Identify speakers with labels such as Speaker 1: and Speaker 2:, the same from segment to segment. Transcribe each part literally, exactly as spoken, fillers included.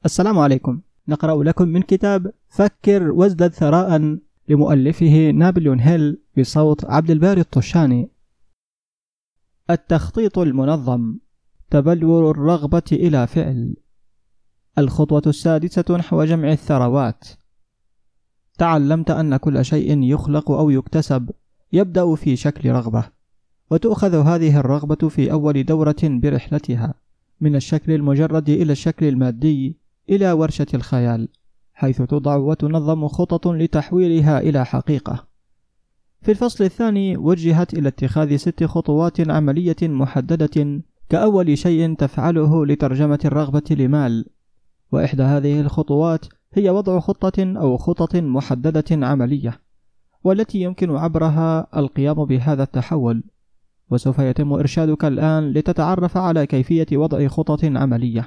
Speaker 1: السلام عليكم. نقرأ لكم من كتاب فكر وازدد ثراء لمؤلفه نابليون هيل بصوت عبد الباري الطشاني. التخطيط المنظم، تبلور الرغبة إلى فعل. الخطوة السادسة نحو جمع الثروات. تعلمت أن كل شيء يخلق أو يكتسب يبدأ في شكل رغبة، وتؤخذ هذه الرغبة في أول دورة برحلتها من الشكل المجرد إلى الشكل المادي إلى ورشة الخيال، حيث توضع وتنظم خطط لتحويلها إلى حقيقة. في الفصل الثاني وجهت إلى اتخاذ ست خطوات عملية محددة كأول شيء تفعله لترجمة الرغبة لمال، وإحدى هذه الخطوات هي وضع خطة أو خطط محددة عملية، والتي يمكن عبرها القيام بهذا التحول. وسوف يتم إرشادك الآن لتتعرف على كيفية وضع خطط عملية.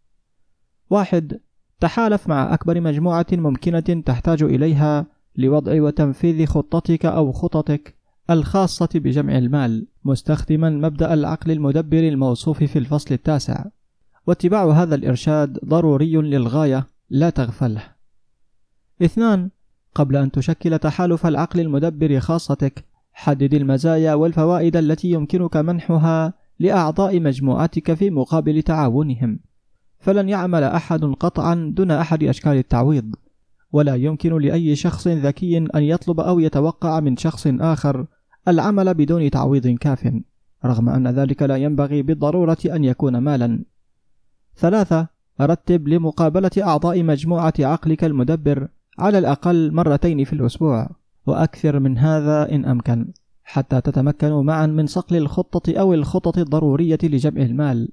Speaker 1: واحد. تحالف مع أكبر مجموعة ممكنة تحتاج إليها لوضع وتنفيذ خطتك أو خططك الخاصة بجمع المال، مستخدما مبدأ العقل المدبر الموصوف في الفصل التاسع، واتباع هذا الإرشاد ضروري للغاية، لا تغفله. اثنان. قبل أن تشكل تحالف العقل المدبر خاصتك، حدد المزايا والفوائد التي يمكنك منحها لأعضاء مجموعتك في مقابل تعاونهم، فلن يعمل أحد قطعا دون أحد أشكال التعويض، ولا يمكن لأي شخص ذكي أن يطلب أو يتوقع من شخص آخر العمل بدون تعويض كاف، رغم أن ذلك لا ينبغي بالضرورة أن يكون مالا. ثلاثة. رتب لمقابلة أعضاء مجموعة عقلك المدبر على الأقل مرتين في الأسبوع، وأكثر من هذا إن أمكن، حتى تتمكنوا معا من صقل الخطة أو الخطط الضرورية لجمع المال.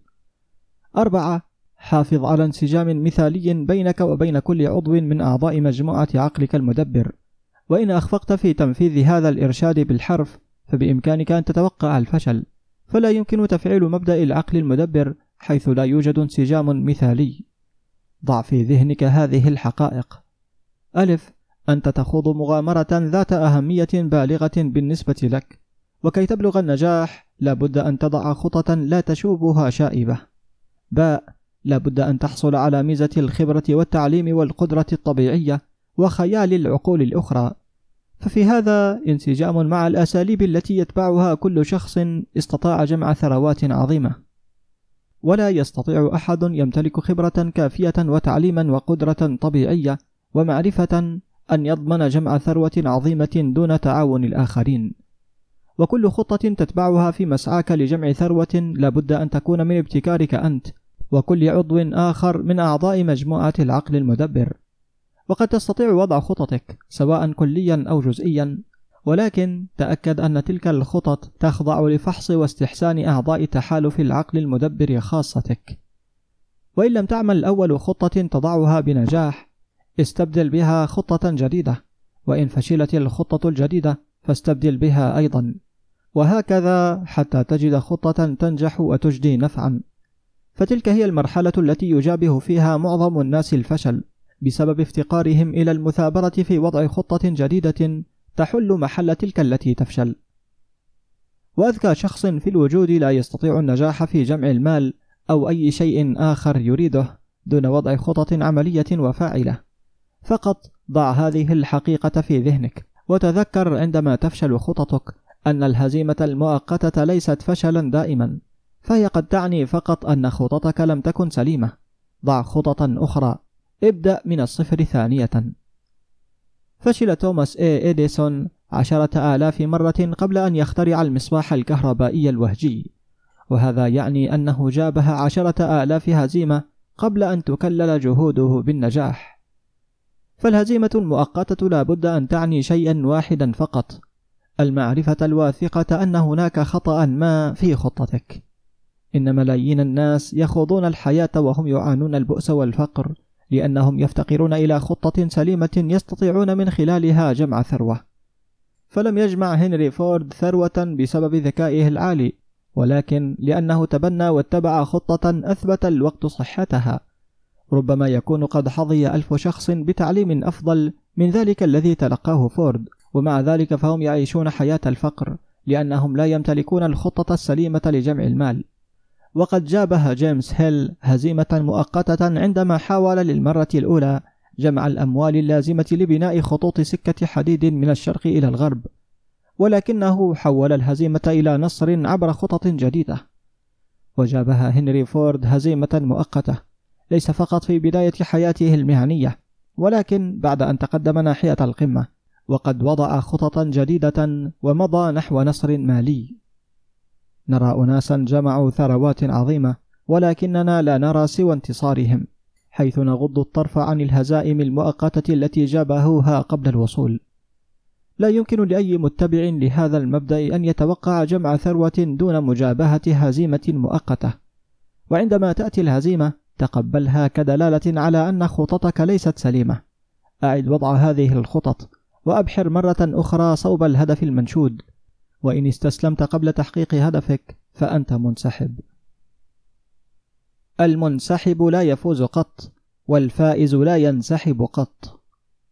Speaker 1: أربعة. حافظ على انسجام مثالي بينك وبين كل عضو من أعضاء مجموعة عقلك المدبر، وإن أخفقت في تنفيذ هذا الإرشاد بالحرف فبإمكانك أن تتوقع الفشل، فلا يمكن تفعيل مبدأ العقل المدبر حيث لا يوجد انسجام مثالي. ضع في ذهنك هذه الحقائق: ألف. أنت تخوض مغامرة ذات أهمية بالغة بالنسبة لك، وكي تبلغ النجاح لابد أن تضع خطة لا تشوبها شائبة. باء. لابد أن تحصل على ميزة الخبرة والتعليم والقدرة الطبيعية وخيال العقول الأخرى، ففي هذا انسجام مع الأساليب التي يتبعها كل شخص استطاع جمع ثروات عظيمة. ولا يستطيع أحد يمتلك خبرة كافية وتعليما وقدرة طبيعية ومعرفة أن يضمن جمع ثروة عظيمة دون تعاون الآخرين. وكل خطة تتبعها في مسعاك لجمع ثروة لابد أن تكون من ابتكارك أنت وكل عضو آخر من أعضاء مجموعة العقل المدبر. وقد تستطيع وضع خططك سواء كليا أو جزئيا، ولكن تأكد أن تلك الخطط تخضع لفحص واستحسان أعضاء تحالف العقل المدبر خاصتك. وإن لم تعمل أول خطة تضعها بنجاح، استبدل بها خطة جديدة، وإن فشلت الخطة الجديدة فاستبدل بها أيضا، وهكذا حتى تجد خطة تنجح وتجدي نفعا. فتلك هي المرحلة التي يجابه فيها معظم الناس الفشل بسبب افتقارهم إلى المثابرة في وضع خطة جديدة تحل محل تلك التي تفشل. وأذكى شخص في الوجود لا يستطيع النجاح في جمع المال أو أي شيء آخر يريده دون وضع خطط عملية وفاعلة. فقط ضع هذه الحقيقة في ذهنك، وتذكر عندما تفشل خططك أن الهزيمة المؤقتة ليست فشلا دائما، فهي قد تعني فقط أن خططك لم تكن سليمة. ضع خططا أخرى، ابدأ من الصفر ثانية. فشل توماس إيه إديسون عشرة آلاف مرة قبل أن يخترع المصباح الكهربائي الوهجي، وهذا يعني أنه جابه عشرة آلاف هزيمة قبل أن تكلل جهوده بالنجاح. فالهزيمة المؤقتة لا بد أن تعني شيئا واحدا فقط: المعرفة الواثقة أن هناك خطأ ما في خطتك. إن ملايين الناس يخوضون الحياة وهم يعانون البؤس والفقر لأنهم يفتقرون إلى خطة سليمة يستطيعون من خلالها جمع ثروة. فلم يجمع هنري فورد ثروة بسبب ذكائه العالي، ولكن لأنه تبنى واتبع خطة أثبت الوقت صحتها. ربما يكون قد حظي ألف شخص بتعليم أفضل من ذلك الذي تلقاه فورد، ومع ذلك فهم يعيشون حياة الفقر لأنهم لا يمتلكون الخطة السليمة لجمع المال. وقد جابه جيمس هيل هزيمة مؤقتة عندما حاول للمرة الأولى جمع الأموال اللازمة لبناء خطوط سكة حديد من الشرق إلى الغرب، ولكنه حول الهزيمة إلى نصر عبر خطط جديدة. وجابه هنري فورد هزيمة مؤقتة ليس فقط في بداية حياته المهنية، ولكن بعد أن تقدم ناحية القمة، وقد وضع خططا جديدة ومضى نحو نصر مالي. نرى أناسا جمعوا ثروات عظيمة، ولكننا لا نرى سوى انتصارهم، حيث نغض الطرف عن الهزائم المؤقتة التي جابهوها قبل الوصول. لا يمكن لأي متبع لهذا المبدأ أن يتوقع جمع ثروة دون مجابهة هزيمة مؤقتة، وعندما تأتي الهزيمة تقبلها كدلالة على أن خططك ليست سليمة. أعد وضع هذه الخطط وأبحر مرة أخرى صوب الهدف المنشود، وإن استسلمت قبل تحقيق هدفك فأنت منسحب. المنسحب لا يفوز قط، والفائز لا ينسحب قط.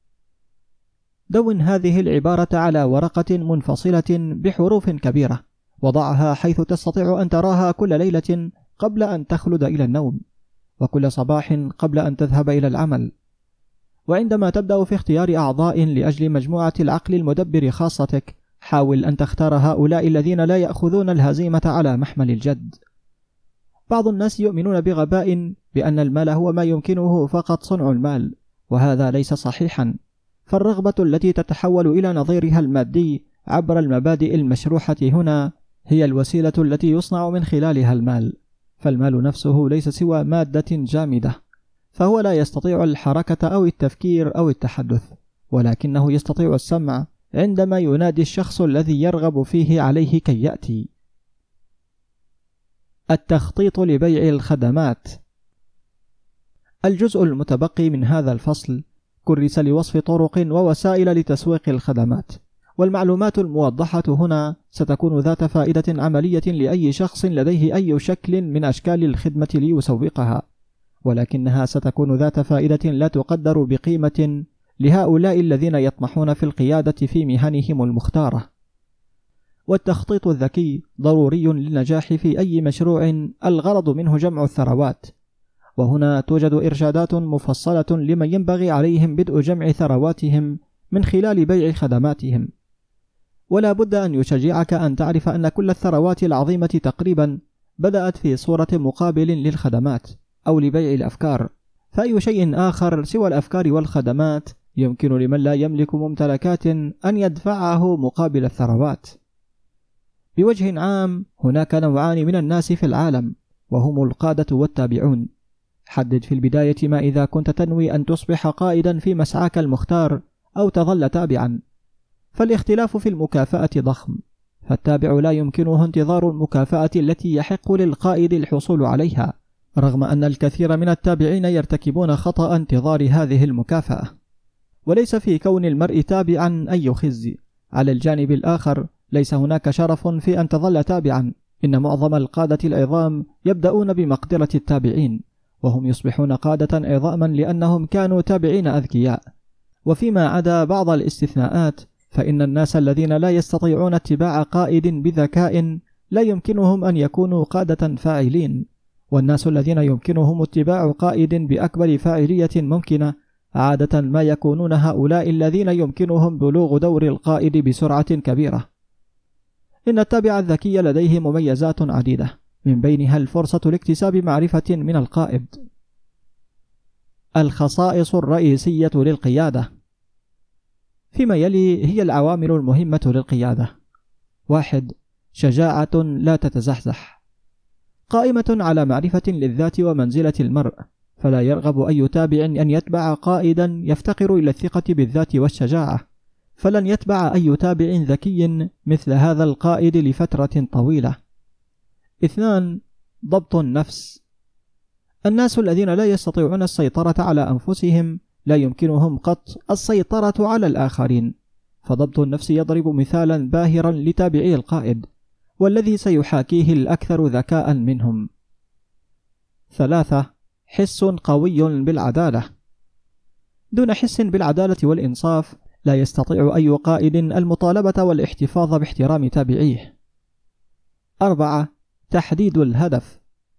Speaker 1: دون هذه العبارة على ورقة منفصلة بحروف كبيرة، وضعها حيث تستطيع أن تراها كل ليلة قبل أن تخلد إلى النوم، وكل صباح قبل أن تذهب إلى العمل. وعندما تبدأ في اختيار أعضاء لأجل مجموعة العقل المدبر خاصتك، حاول أن تختار هؤلاء الذين لا يأخذون الهزيمة على محمل الجد. بعض الناس يؤمنون بغباء بأن المال هو ما يمكنه فقط صنع المال، وهذا ليس صحيحا، فالرغبة التي تتحول إلى نظيرها المادي عبر المبادئ المشروحة هنا هي الوسيلة التي يصنع من خلالها المال. فالمال نفسه ليس سوى مادة جامدة، فهو لا يستطيع الحركة أو التفكير أو التحدث، ولكنه يستطيع السمع عندما ينادي الشخص الذي يرغب فيه عليه كي يأتي. التخطيط لبيع الخدمات. الجزء المتبقي من هذا الفصل كرس لوصف طرق ووسائل لتسويق الخدمات، والمعلومات الموضحة هنا ستكون ذات فائدة عملية لأي شخص لديه أي شكل من أشكال الخدمة ليسوقها، ولكنها ستكون ذات فائدة لا تقدر بقيمة لهؤلاء الذين يطمحون في القيادة في مهنهم المختارة. والتخطيط الذكي ضروري للنجاح في أي مشروع الغرض منه جمع الثروات، وهنا توجد إرشادات مفصلة لمن ينبغي عليهم بدء جمع ثرواتهم من خلال بيع خدماتهم. ولا بد أن يشجعك أن تعرف أن كل الثروات العظيمة تقريبا بدأت في صورة مقابل للخدمات أو لبيع الأفكار، فأي شيء آخر سوى الأفكار والخدمات يمكن لمن لا يملك ممتلكات أن يدفعه مقابل الثروات. بوجه عام هناك نوعان من الناس في العالم، وهم القادة والتابعون. حدد في البداية ما إذا كنت تنوي أن تصبح قائدا في مسعاك المختار أو تظل تابعا، فالاختلاف في المكافأة ضخم، فالتابع لا يمكنه انتظار المكافأة التي يحق للقائد الحصول عليها، رغم أن الكثير من التابعين يرتكبون خطأ انتظار هذه المكافأة. وليس في كون المرء تابعا أي خزي. على الجانب الآخر ليس هناك شرف في أن تظل تابعا، إن معظم القادة العظام يبدأون بمقدرة التابعين، وهم يصبحون قادة عظاما لأنهم كانوا تابعين أذكياء. وفيما عدا بعض الاستثناءات، فإن الناس الذين لا يستطيعون اتباع قائد بذكاء لا يمكنهم أن يكونوا قادة فاعلين، والناس الذين يمكنهم اتباع قائد بأكبر فاعلية ممكنة عادة ما يكونون هؤلاء الذين يمكنهم بلوغ دور القائد بسرعة كبيرة. إن التابع الذكي لديه مميزات عديدة، من بينها الفرصة لاكتساب معرفة من القائد. الخصائص الرئيسية للقيادة. فيما يلي هي العوامل المهمة للقيادة. واحد. شجاعة لا تتزحزح، قائمة على معرفة للذات ومنزلة المرء، فلا يرغب أي تابع أن يتبع قائدا يفتقر إلى الثقة بالذات والشجاعة، فلن يتبع أي تابع ذكي مثل هذا القائد لفترة طويلة. اثنان. ضبط النفس. الناس الذين لا يستطيعون السيطرة على أنفسهم لا يمكنهم قط السيطرة على الآخرين، فضبط النفس يضرب مثالا باهرا لتابعي القائد، والذي سيحاكيه الأكثر ذكاء منهم. ثلاثة. حس قوي بالعدالة. دون حس بالعدالة والإنصاف لا يستطيع أي قائد المطالبة والاحتفاظ باحترام تابعيه. أربعة. تحديد الهدف.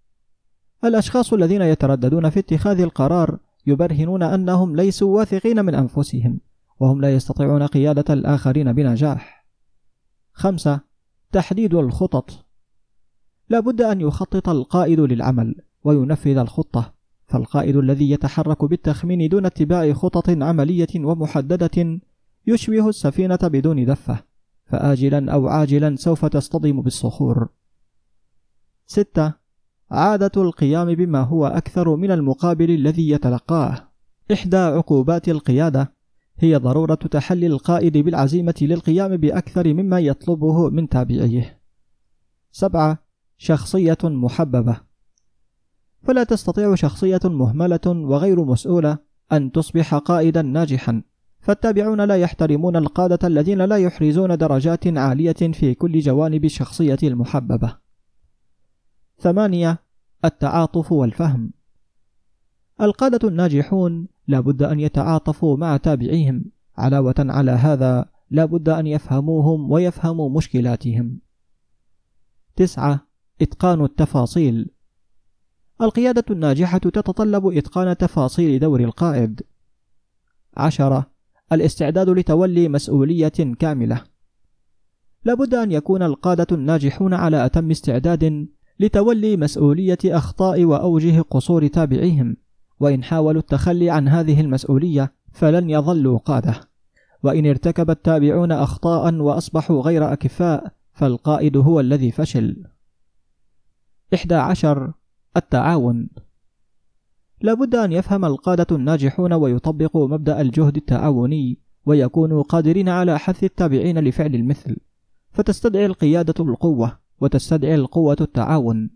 Speaker 1: الأشخاص الذين يترددون في اتخاذ القرار يبرهنون أنهم ليسوا واثقين من أنفسهم، وهم لا يستطيعون قيادة الآخرين بنجاح. خمسة. تحديد الخطط. لا بد أن يخطط القائد للعمل وينفذ الخطة، فالقائد الذي يتحرك بالتخمين دون اتباع خطط عملية ومحددة يشبه السفينة بدون دفة، فآجلا أو عاجلا سوف تصطدم بالصخور. ستة. عادة القيام بما هو أكثر من المقابل الذي يتلقاه. إحدى عقوبات القيادة هي ضرورة تحلي القائد بالعزيمة للقيام بأكثر مما يطلبه من تابعيه. سبعة. شخصية محببة. فلا تستطيع شخصية مهملة وغير مسؤولة أن تصبح قائدا ناجحا، فالتابعون لا يحترمون القادة الذين لا يحرزون درجات عالية في كل جوانب الشخصية المحببة. ثمانية. التعاطف والفهم. القادة الناجحون لا بد أن يتعاطفوا مع تابعيهم، علاوة على هذا لا بد أن يفهموهم ويفهموا مشكلاتهم. تسعة. إتقان التفاصيل. القيادة الناجحة تتطلب إتقان تفاصيل دور القائد. عشرة. الاستعداد لتولي مسؤولية كاملة. لا بد أن يكون القادة الناجحون على أتم استعداد لتولي مسؤولية أخطاء وأوجه قصور تابعيهم، وإن حاولوا التخلي عن هذه المسؤولية فلن يظلوا قادة، وإن ارتكب التابعون أخطاء وأصبحوا غير أكفاء فالقائد هو الذي فشل. إحدى عشر. التعاون. لا بد أن يفهم القادة الناجحون ويطبقوا مبدأ الجهد التعاوني، ويكونوا قادرين على حث التابعين لفعل المثل، فتستدعي القيادة القوة وتستدعي القوة التعاون.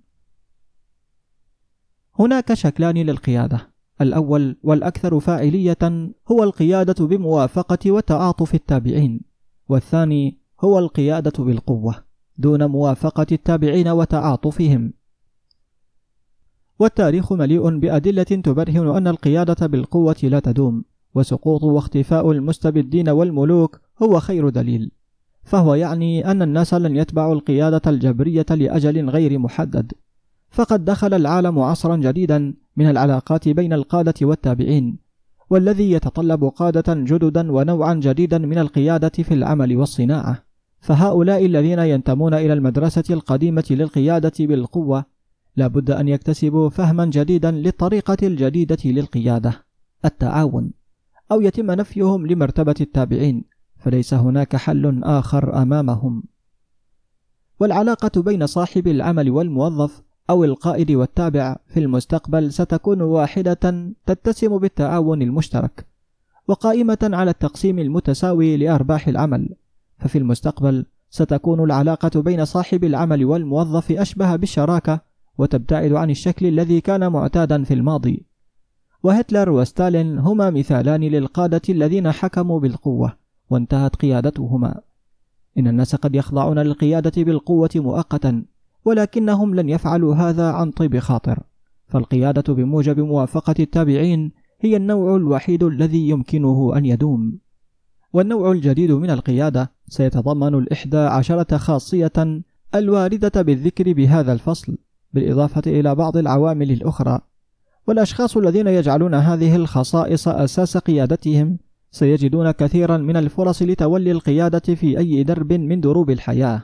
Speaker 1: هناك شكلان للقيادة: الأول والأكثر فاعلية هو القيادة بموافقة وتعاطف التابعين، والثاني هو القيادة بالقوة دون موافقة التابعين وتعاطفهم. والتاريخ مليء بأدلة تبرهن أن القيادة بالقوة لا تدوم، وسقوط واختفاء المستبدين والملوك هو خير دليل، فهو يعني أن الناس لن يتبعوا القيادة الجبرية لأجل غير محدد، فقد دخل العالم عصرا جديدا من العلاقات بين القادة والتابعين، والذي يتطلب قادة جددا ونوعا جديدا من القيادة في العمل والصناعة. فهؤلاء الذين ينتمون إلى المدرسة القديمة للقيادة بالقوة لا بد أن يكتسبوا فهما جديدا للطريقة الجديدة للقيادة، التعاون، أو يتم نفيهم لمرتبة التابعين، فليس هناك حل آخر أمامهم. والعلاقة بين صاحب العمل والموظف أو القائد والتابع في المستقبل ستكون واحدة تتسم بالتعاون المشترك، وقائمة على التقسيم المتساوي لأرباح العمل. ففي المستقبل ستكون العلاقة بين صاحب العمل والموظف أشبه بالشراكة، وتبتعد عن الشكل الذي كان معتادا في الماضي. وهتلر وستالين هما مثالان للقادة الذين حكموا بالقوة وانتهت قيادتهما. إن الناس قد يخضعون للقيادة بالقوة مؤقتا، ولكنهم لن يفعلوا هذا عن طيب خاطر، فالقيادة بموجب موافقة التابعين هي النوع الوحيد الذي يمكنه أن يدوم. والنوع الجديد من القيادة سيتضمن الإحدى عشرة خاصية الواردة بالذكر بهذا الفصل، بالإضافة إلى بعض العوامل الأخرى. والأشخاص الذين يجعلون هذه الخصائص أساس قيادتهم سيجدون كثيرا من الفرص لتولي القيادة في أي درب من دروب الحياة.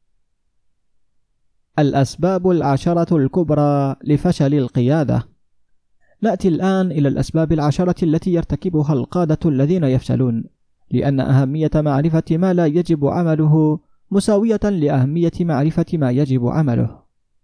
Speaker 1: الأسباب العشرة الكبرى لفشل القيادة. نأتي الآن إلى الأسباب العشرة التي يرتكبها القادة الذين يفشلون، لأن أهمية معرفة ما لا يجب عمله مساوية لأهمية معرفة ما يجب عمله.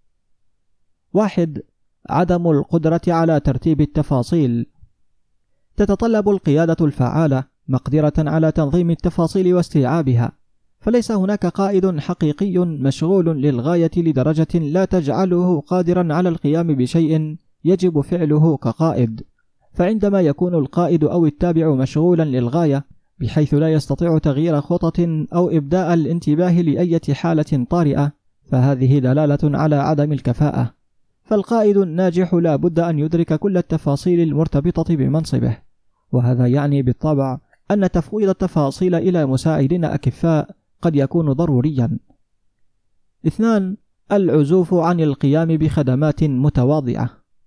Speaker 1: واحد. عدم القدرة على ترتيب التفاصيل. تتطلب القيادة الفعالة مقدرة على تنظيم التفاصيل واستيعابها، فليس هناك قائد حقيقي مشغول للغاية لدرجة لا تجعله قادرا على القيام بشيء يجب فعله كقائد. فعندما يكون القائد أو التابع مشغولا للغاية بحيث لا يستطيع تغيير خطط أو إبداء الانتباه لأي حالة طارئة، فهذه دلالة على عدم الكفاءة. فالقائد الناجح لا بد أن يدرك كل التفاصيل المرتبطة بمنصبه، وهذا يعني بالطبع أن تفويض التفاصيل إلى مساعدين أكفاء قد يكون ضروريا. اثنان. العزوف عن القيام بخدمات متواضعة.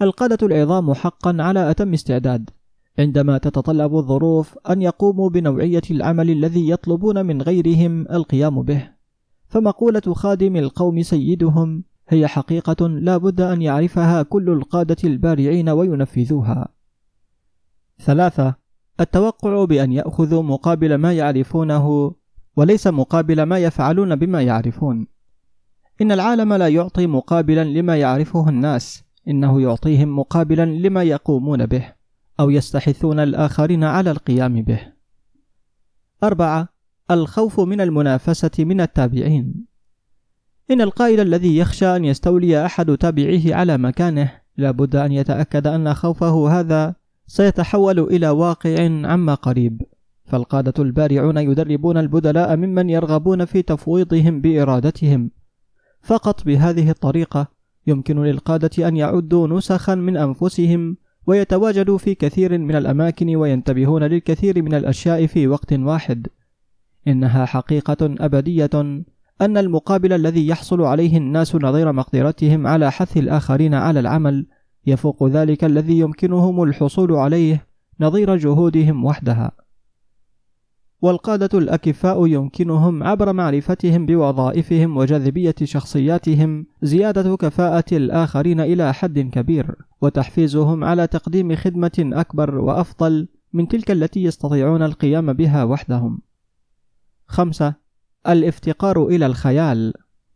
Speaker 1: القادة العظام حقا على أتم استعداد عندما تتطلب الظروف أن يقوموا بنوعية العمل الذي يطلبون من غيرهم القيام به، فمقولة خادم القوم سيدهم هي حقيقة لا بد أن يعرفها كل القادة البارعين وينفذوها. ثلاثة، التوقع بأن يأخذوا مقابل ما يعرفونه وليس مقابل ما يفعلون بما يعرفون. إن العالم لا يعطي مقابلا لما يعرفه الناس، إنه يعطيهم مقابلا لما يقومون به أو يستحثون الآخرين على القيام به. أربعة، الخوف من المنافسة من التابعين. إن القائد الذي يخشى أن يستولي أحد تابعيه على مكانه لابد أن يتأكد أن خوفه هذا سيتحول إلى واقع عما قريب، فالقادة البارعون يدربون البدلاء ممن يرغبون في تفويضهم بإرادتهم. فقط بهذه الطريقة يمكن للقادة أن يعدوا نسخا من أنفسهم ويتواجدوا في كثير من الأماكن وينتبهون للكثير من الأشياء في وقت واحد. إنها حقيقة أبدية أن المقابل الذي يحصل عليه الناس نظير مقدرتهم على حث الآخرين على العمل يفوق ذلك الذي يمكنهم الحصول عليه نظير جهودهم وحدها. والقادة الأكفاء يمكنهم عبر معرفتهم بوظائفهم وجاذبية شخصياتهم زيادة كفاءة الآخرين إلى حد كبير، وتحفيزهم على تقديم خدمة أكبر وأفضل من تلك التي يستطيعون القيام بها وحدهم. خمسة، الافتقار إلى الخيال.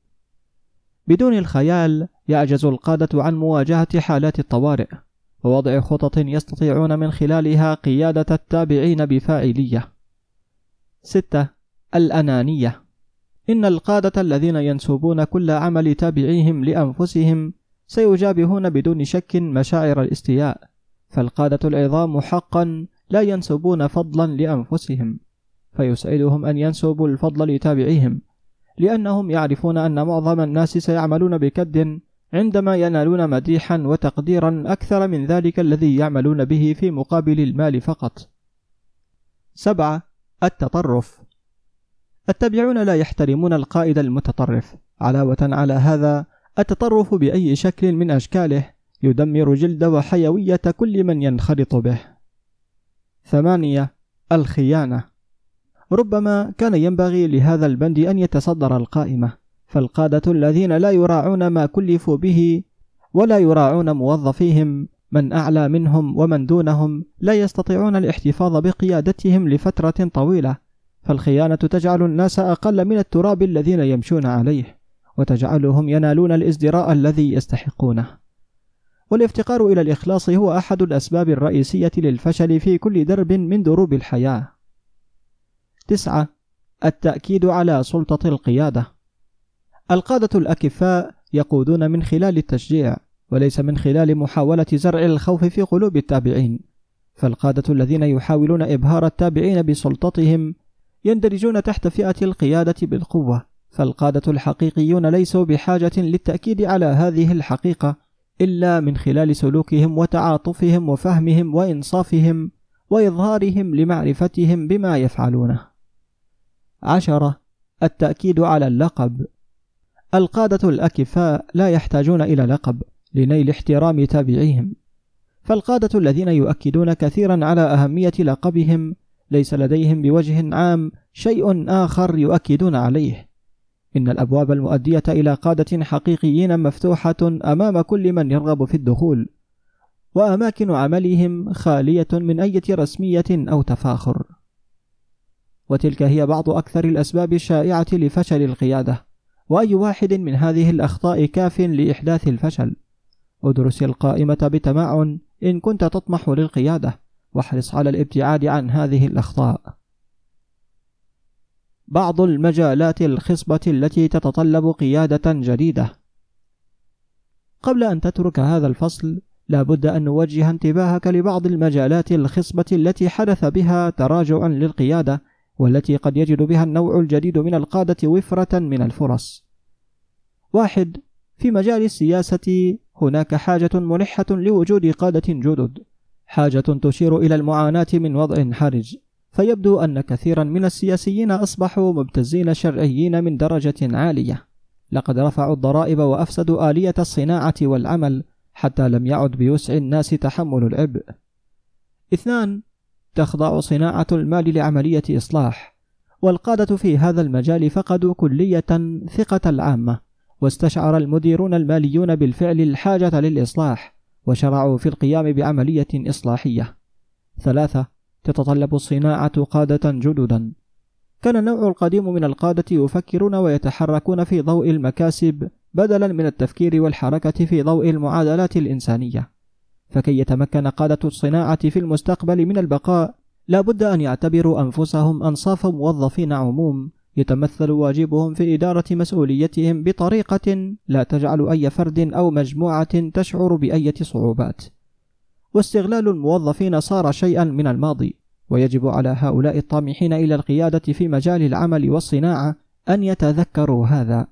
Speaker 1: بدون الخيال يعجز القادة عن مواجهة حالات الطوارئ ووضع خطط يستطيعون من خلالها قيادة التابعين بفاعلية. ستة، الأنانية. إن القادة الذين ينسبون كل عمل تابعيهم لأنفسهم سيجابهون بدون شك مشاعر الاستياء، فالقادة العظام حقا لا ينسبون فضلا لأنفسهم، فيسعدهم أن ينسبوا الفضل لتابعيهم، لأنهم يعرفون أن معظم الناس سيعملون بكد عندما ينالون مديحا وتقديرا أكثر من ذلك الذي يعملون به في مقابل المال فقط. سبعة، التطرف. التابعون لا يحترمون القائد المتطرف. علاوة على هذا، التطرف بأي شكل من أشكاله يدمر جلد وحيوية كل من ينخرط به. ثمانية، الخيانة. ربما كان ينبغي لهذا البند أن يتصدر القائمة، فالقادة الذين لا يراعون ما كلفوا به ولا يراعون موظفيهم من أعلى منهم ومن دونهم لا يستطيعون الاحتفاظ بقيادتهم لفترة طويلة، فالخيانة تجعل الناس أقل من التراب الذين يمشون عليه وتجعلهم ينالون الازدراء الذي يستحقونه. والافتقار إلى الإخلاص هو أحد الأسباب الرئيسية للفشل في كل درب من دروب الحياة. تسعة، التأكيد على سلطة القيادة. القادة الأكفاء يقودون من خلال التشجيع وليس من خلال محاولة زرع الخوف في قلوب التابعين، فالقادة الذين يحاولون إبهار التابعين بسلطتهم يندرجون تحت فئة القيادة بالقوة، فالقادة الحقيقيون ليسوا بحاجة للتأكيد على هذه الحقيقة إلا من خلال سلوكهم وتعاطفهم وفهمهم وإنصافهم وإظهارهم لمعرفتهم بما يفعلونه. عشرة، التأكيد على اللقب. القادة الأكفاء لا يحتاجون إلى لقب لنيل احترام تابعيهم، فالقادة الذين يؤكدون كثيرا على أهمية لقبهم ليس لديهم بوجه عام شيء آخر يؤكدون عليه. إن الأبواب المؤدية إلى قادة حقيقيين مفتوحة أمام كل من يرغب في الدخول، وأماكن عملهم خالية من أي رسمية أو تفاخر. وتلك هي بعض أكثر الأسباب الشائعة لفشل القيادة، وأي واحد من هذه الأخطاء كاف لإحداث الفشل. ادرس القائمة بتمعن إن كنت تطمح للقيادة، واحرص على الابتعاد عن هذه الأخطاء. بعض المجالات الخصبة التي تتطلب قيادة جديدة. قبل أن تترك هذا الفصل لا بد أن نوجه انتباهك لبعض المجالات الخصبة التي حدث بها تراجع للقيادة، والتي قد يجد بها النوع الجديد من القادة وفرة من الفرص. واحد، في مجال السياسة هناك حاجة ملحة لوجود قادة جدد، حاجة تشير إلى المعاناة من وضع حرج، فيبدو أن كثيرا من السياسيين أصبحوا مبتزين شرعيين من درجة عالية، لقد رفعوا الضرائب وأفسدوا آلية الصناعة والعمل حتى لم يعد بوسع الناس تحمل العبء. اثنان، تخضع صناعة المال لعملية إصلاح، والقادة في هذا المجال فقدوا كلية ثقة العامة، واستشعر المديرون الماليون بالفعل الحاجة للإصلاح، وشرعوا في القيام بعملية إصلاحية. ثلاثة، تتطلب الصناعة قادة جددا. كان النوع القديم من القادة يفكرون ويتحركون في ضوء المكاسب بدلا من التفكير والحركة في ضوء المعادلات الإنسانية، فكي يتمكن قادة الصناعة في المستقبل من البقاء لا بد أن يعتبروا أنفسهم أنصاف موظفين عموم يتمثل واجبهم في إدارة مسؤوليتهم بطريقة لا تجعل أي فرد أو مجموعة تشعر بأي صعوبات. واستغلال الموظفين صار شيئا من الماضي، ويجب على هؤلاء الطامحين إلى القيادة في مجال العمل والصناعة أن يتذكروا هذا.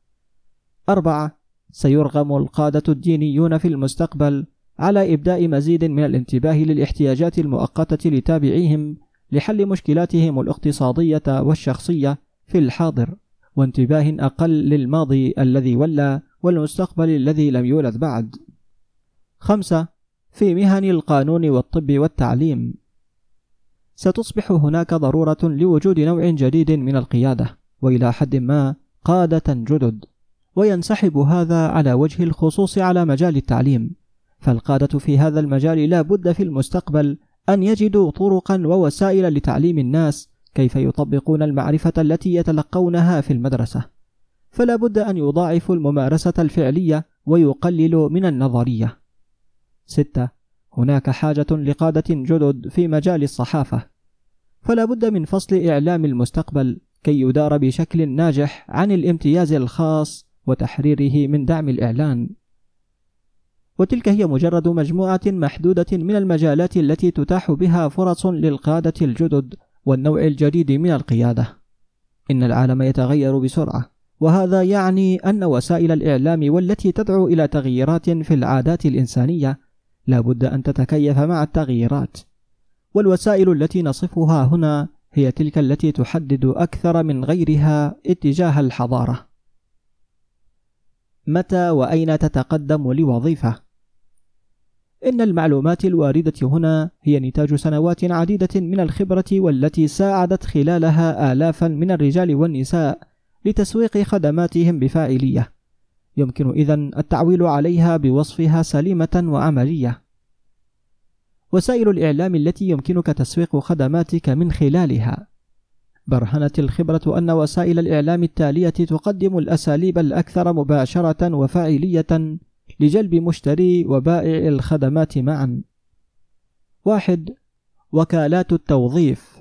Speaker 1: أربعة، سيرغم القادة الدينيون في المستقبل على إبداء مزيد من الانتباه للاحتياجات المؤقتة لتابعيهم لحل مشكلاتهم الاقتصادية والشخصية في الحاضر، وانتباه أقل للماضي الذي ولى والمستقبل الذي لم يولد بعد. خمسة، في مهن القانون والطب والتعليم ستصبح هناك ضرورة لوجود نوع جديد من القيادة، وإلى حد ما قادة جدد، وينسحب هذا على وجه الخصوص على مجال التعليم، فالقادة في هذا المجال لا بد في المستقبل أن يجدوا طرقا ووسائل لتعليم الناس كيف يطبقون المعرفة التي يتلقونها في المدرسة، فلا بد أن يضاعفوا الممارسة الفعلية ويقللوا من النظرية. ستة، هناك حاجة لقادة جدد في مجال الصحافة، فلا بد من فصل إعلام المستقبل كي يدار بشكل ناجح عن الامتياز الخاص وتحريره من دعم الإعلان. وتلك هي مجرد مجموعة محدودة من المجالات التي تتاح بها فرص للقادة الجدد والنوع الجديد من القيادة. إن العالم يتغير بسرعة، وهذا يعني أن وسائل الإعلام والتي تدعو إلى تغييرات في العادات الإنسانية لا بد أن تتكيف مع التغييرات، والوسائل التي نصفها هنا هي تلك التي تحدد أكثر من غيرها اتجاه الحضارة. متى وأين تتقدم لوظيفة؟ إن المعلومات الواردة هنا هي نتاج سنوات عديدة من الخبرة، والتي ساعدت خلالها آلافا من الرجال والنساء لتسويق خدماتهم بفاعلية، يمكن إذن التعويل عليها بوصفها سليمة وعملية. وسائل الإعلام التي يمكنك تسويق خدماتك من خلالها. برهنت الخبرة أن وسائل الإعلام التالية تقدم الأساليب الأكثر مباشرة وفاعلية لجلب مشتري وبائع الخدمات معا. واحد، وكالات التوظيف.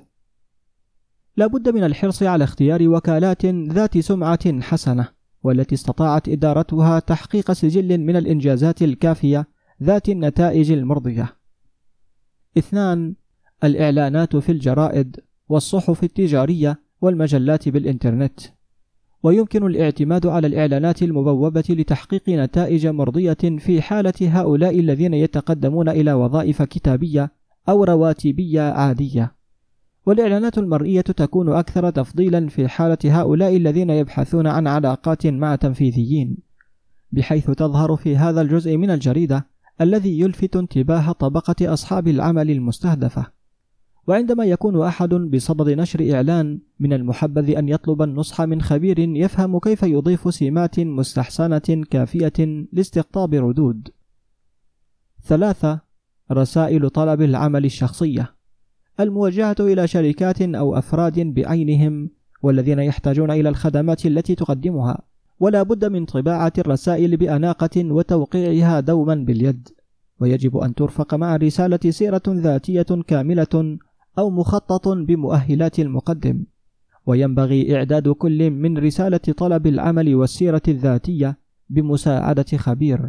Speaker 1: لا بد من الحرص على اختيار وكالات ذات سمعة حسنة، والتي استطاعت إدارتها تحقيق سجل من الإنجازات الكافية ذات النتائج المرضية. اثنان، الإعلانات في الجرائد والصحف التجارية والمجلات بالإنترنت. ويمكن الاعتماد على الإعلانات المبوبة لتحقيق نتائج مرضية في حالة هؤلاء الذين يتقدمون إلى وظائف كتابية أو رواتبية عادية، والإعلانات المرئية تكون أكثر تفضيلا في حالة هؤلاء الذين يبحثون عن علاقات مع تنفيذيين، بحيث تظهر في هذا الجزء من الجريدة الذي يلفت انتباه طبقة أصحاب العمل المستهدفة. وعندما يكون أحد بصدد نشر إعلان، من المحبذ أن يطلب النصح من خبير يفهم كيف يضيف سمات مستحسنة كافية لاستقطاب ردود. ثلاثة، رسائل طلب العمل الشخصية الموجهة إلى شركات أو أفراد بعينهم والذين يحتاجون إلى الخدمات التي تقدمها، ولا بد من طباعة الرسائل بأناقة وتوقيعها دوما باليد، ويجب أن ترفق مع الرسالة سيرة ذاتية كاملة أو مخطط بمؤهلات المقدم، وينبغي إعداد كل من رسالة طلب العمل والسيرة الذاتية بمساعدة خبير.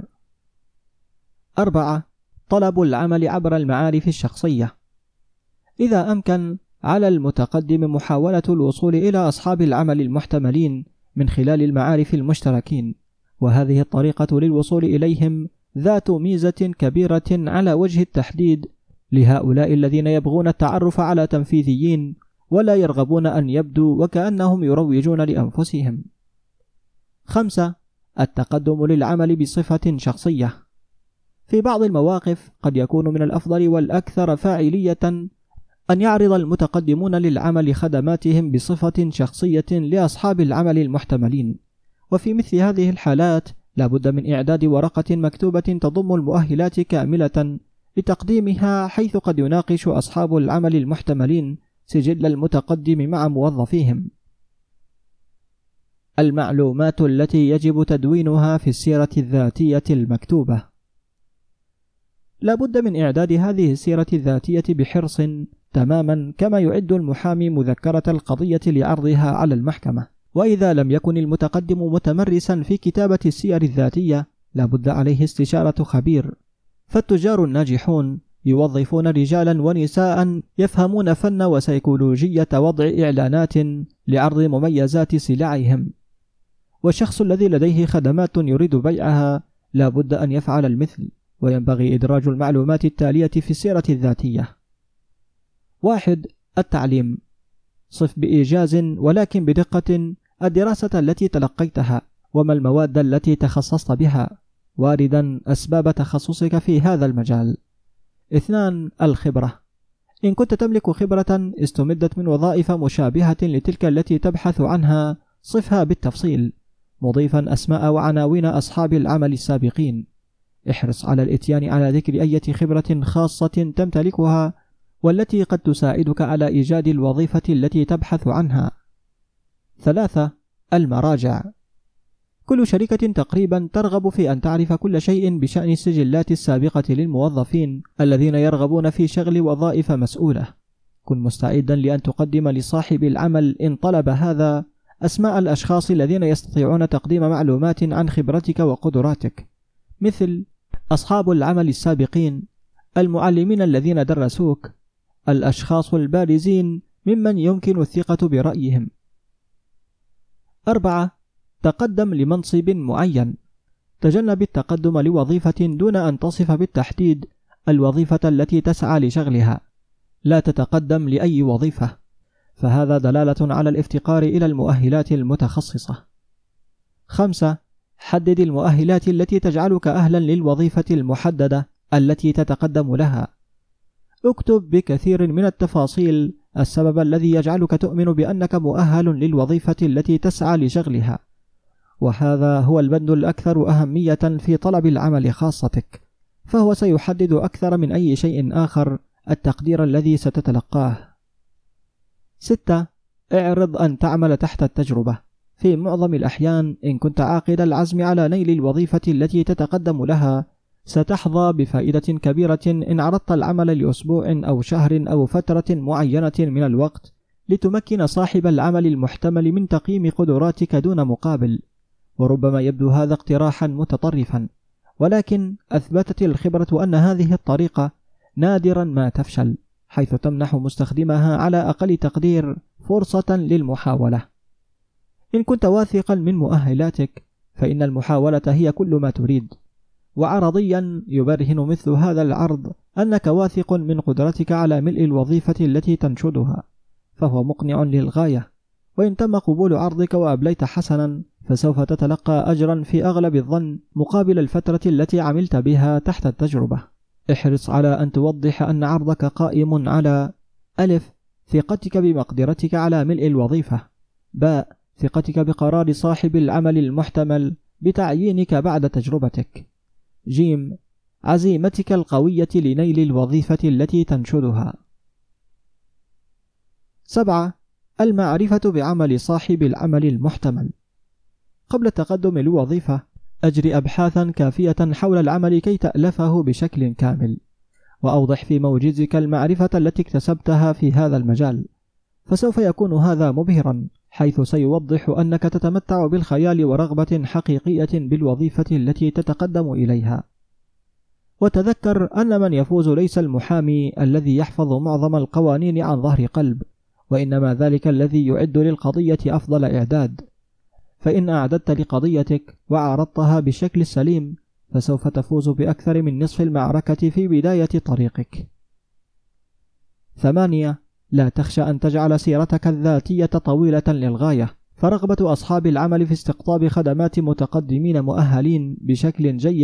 Speaker 1: أربعة، طلب العمل عبر المعارف الشخصية. إذا أمكن على المتقدم محاولة الوصول إلى أصحاب العمل المحتملين من خلال المعارف المشتركين، وهذه الطريقة للوصول إليهم ذات ميزة كبيرة على وجه التحديد لهؤلاء الذين يبغون التعرف على تنفيذيين ولا يرغبون أن يبدوا وكأنهم يروجون لأنفسهم. خمسة، التقدم للعمل بصفة شخصية. في بعض المواقف قد يكون من الأفضل والأكثر فاعلية أن يعرض المتقدمون للعمل خدماتهم بصفة شخصية لأصحاب العمل المحتملين، وفي مثل هذه الحالات لا بد من إعداد ورقة مكتوبة تضم المؤهلات كاملة لتقديمها، حيث قد يناقش أصحاب العمل المحتملين سجل المتقدم مع موظفيهم. المعلومات التي يجب تدوينها في السيرة الذاتية المكتوبة. لا بد من إعداد هذه السيرة الذاتية بحرص تماما كما يعد المحامي مذكرة القضية لعرضها على المحكمة. وإذا لم يكن المتقدم متمرسا في كتابة السير الذاتية لا بد عليه استشارة خبير، فالتجار الناجحون يوظفون رجالا ونساء يفهمون فن وسيكولوجية وضع إعلانات لعرض مميزات سلعهم، والشخص الذي لديه خدمات يريد بيعها لا بد أن يفعل المثل، وينبغي إدراج المعلومات التالية في السيرة الذاتية. واحد. التعليم. صف بإيجاز ولكن بدقة الدراسة التي تلقيتها وما المواد التي تخصصت بها، واردا أسباب تخصصك في هذا المجال. اثنان. الخبرة. إن كنت تملك خبرة استمدت من وظائف مشابهة لتلك التي تبحث عنها صفها بالتفصيل، مضيفا أسماء وعناوين أصحاب العمل السابقين. احرص على الإتيان على ذكر أي خبرة خاصة تمتلكها والتي قد تساعدك على إيجاد الوظيفة التي تبحث عنها. ثلاثة. المراجع. كل شركة تقريبا ترغب في أن تعرف كل شيء بشأن السجلات السابقة للموظفين الذين يرغبون في شغل وظائف مسؤولة. كن مستعدا لأن تقدم لصاحب العمل إن طلب هذا أسماء الأشخاص الذين يستطيعون تقديم معلومات عن خبرتك وقدراتك، مثل أصحاب العمل السابقين، المعلمين الذين درسوك، الأشخاص البارزين ممن يمكن الثقة برأيهم. أربعة. تقدم لمنصب معين. تجنب التقدم لوظيفة دون أن تصف بالتحديد الوظيفة التي تسعى لشغلها. لا تتقدم لأي وظيفة، فهذا دلالة على الافتقار إلى المؤهلات المتخصصة. خمسة. حدد المؤهلات التي تجعلك أهلا للوظيفة المحددة التي تتقدم لها. اكتب بكثير من التفاصيل السبب الذي يجعلك تؤمن بأنك مؤهل للوظيفة التي تسعى لشغلها، وهذا هو البند الأكثر أهمية في طلب العمل خاصتك، فهو سيحدد أكثر من أي شيء آخر التقدير الذي ستتلقاه. ستة. اعرض أن تعمل تحت التجربة. في معظم الأحيان إن كنت عاقد العزم على نيل الوظيفة التي تتقدم لها ستحظى بفائدة كبيرة إن عرضت العمل لأسبوع أو شهر أو فترة معينة من الوقت لتمكن صاحب العمل المحتمل من تقييم قدراتك دون مقابل. وربما يبدو هذا اقتراحا متطرفا، ولكن أثبتت الخبرة أن هذه الطريقة نادرا ما تفشل، حيث تمنح مستخدمها على أقل تقدير فرصة للمحاولة. إن كنت واثقا من مؤهلاتك فإن المحاولة هي كل ما تريد، وعرضيا يبرهن مثل هذا العرض أنك واثق من قدرتك على ملء الوظيفة التي تنشدها، فهو مقنع للغاية. وإن تم قبول عرضك وأبليت حسنا فسوف تتلقى أجرا في أغلب الظن مقابل الفترة التي عملت بها تحت التجربة. احرص على أن توضح أن عرضك قائم على: ألف. ثقتك بمقدرتك على ملء الوظيفة. باء. ثقتك بقرار صاحب العمل المحتمل بتعيينك بعد تجربتك. جيم. عزيمتك القوية لنيل الوظيفة التي تنشدها. سبعة. المعرفة بعمل صاحب العمل المحتمل. قبل التقدم للوظيفة أجري أبحاثا كافية حول العمل كي تألفه بشكل كامل، وأوضح في موجزك المعرفة التي اكتسبتها في هذا المجال، فسوف يكون هذا مبهرا، حيث سيوضح أنك تتمتع بالخيال ورغبة حقيقية بالوظيفة التي تتقدم إليها. وتذكر أن من يفوز ليس المحامي الذي يحفظ معظم القوانين عن ظهر قلب، وإنما ذلك الذي يعد للقضية أفضل إعداد. فإن أعددت لقضيتك وعرضتها بالشكل السليم فسوف تفوز بأكثر من نصف المعركة في بداية طريقك. ثمانية. لا تخشى أن تجعل سيرتك الذاتية طويلة للغاية، فرغبة أصحاب العمل في استقطاب خدمات متقدمين مؤهلين بشكل جيد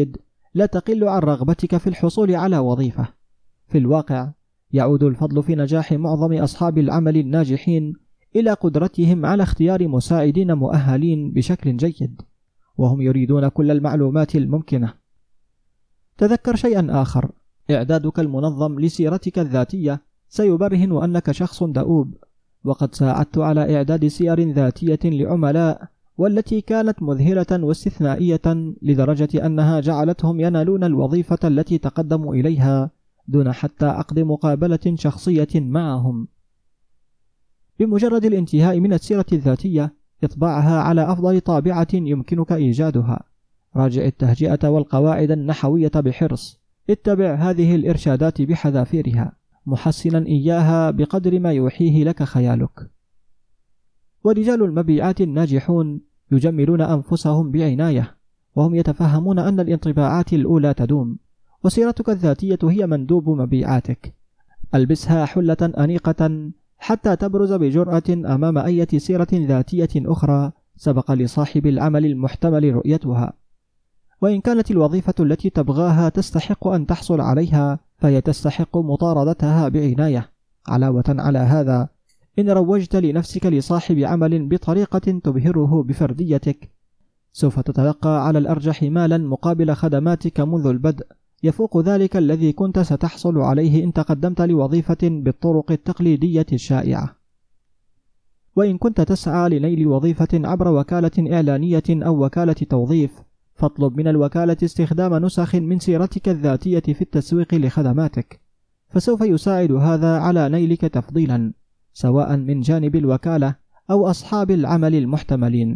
Speaker 1: لا تقل عن رغبتك في الحصول على وظيفة. في الواقع يعود الفضل في نجاح معظم أصحاب العمل الناجحين إلى قدرتهم على اختيار مساعدين مؤهلين بشكل جيد، وهم يريدون كل المعلومات الممكنة. تذكر شيئا آخر: إعدادك المنظم لسيرتك الذاتية سيبرهن أنك شخص دؤوب، وقد ساعدت على إعداد سير ذاتية لعملاء والتي كانت مذهلة واستثنائية لدرجة أنها جعلتهم ينالون الوظيفة التي تقدموا إليها دون حتى عقد مقابلة شخصية معهم. بمجرد الانتهاء من السيرة الذاتية اطبعها على أفضل طابعة يمكنك إيجادها. راجع التهجئة والقواعد النحوية بحرص. اتبع هذه الإرشادات بحذافيرها، محسنا إياها بقدر ما يوحيه لك خيالك. ورجال المبيعات الناجحون يجملون أنفسهم بعناية، وهم يتفهمون أن الانطباعات الأولى تدوم، وسيرتك الذاتية هي مندوب مبيعاتك. ألبسها حلة أنيقة حتى تبرز بجرأة أمام أي سيرة ذاتية أخرى سبق لصاحب العمل المحتمل رؤيتها. وإن كانت الوظيفة التي تبغاها تستحق أن تحصل عليها فهي تستحق مطاردتها بعناية. علاوة على هذا، إن روجت لنفسك لصاحب عمل بطريقة تبهره بفرديتك سوف تتلقى على الأرجح مالا مقابل خدماتك منذ البدء يفوق ذلك الذي كنت ستحصل عليه إن تقدمت لوظيفة بالطرق التقليدية الشائعة. وإن كنت تسعى لنيل وظيفة عبر وكالة إعلانية أو وكالة توظيف، فاطلب من الوكالة استخدام نسخ من سيرتك الذاتية في التسويق لخدماتك، فسوف يساعد هذا على نيلك تفضيلا سواء من جانب الوكالة أو أصحاب العمل المحتملين.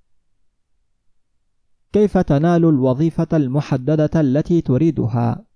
Speaker 1: كيف تنال الوظيفة المحددة التي تريدها؟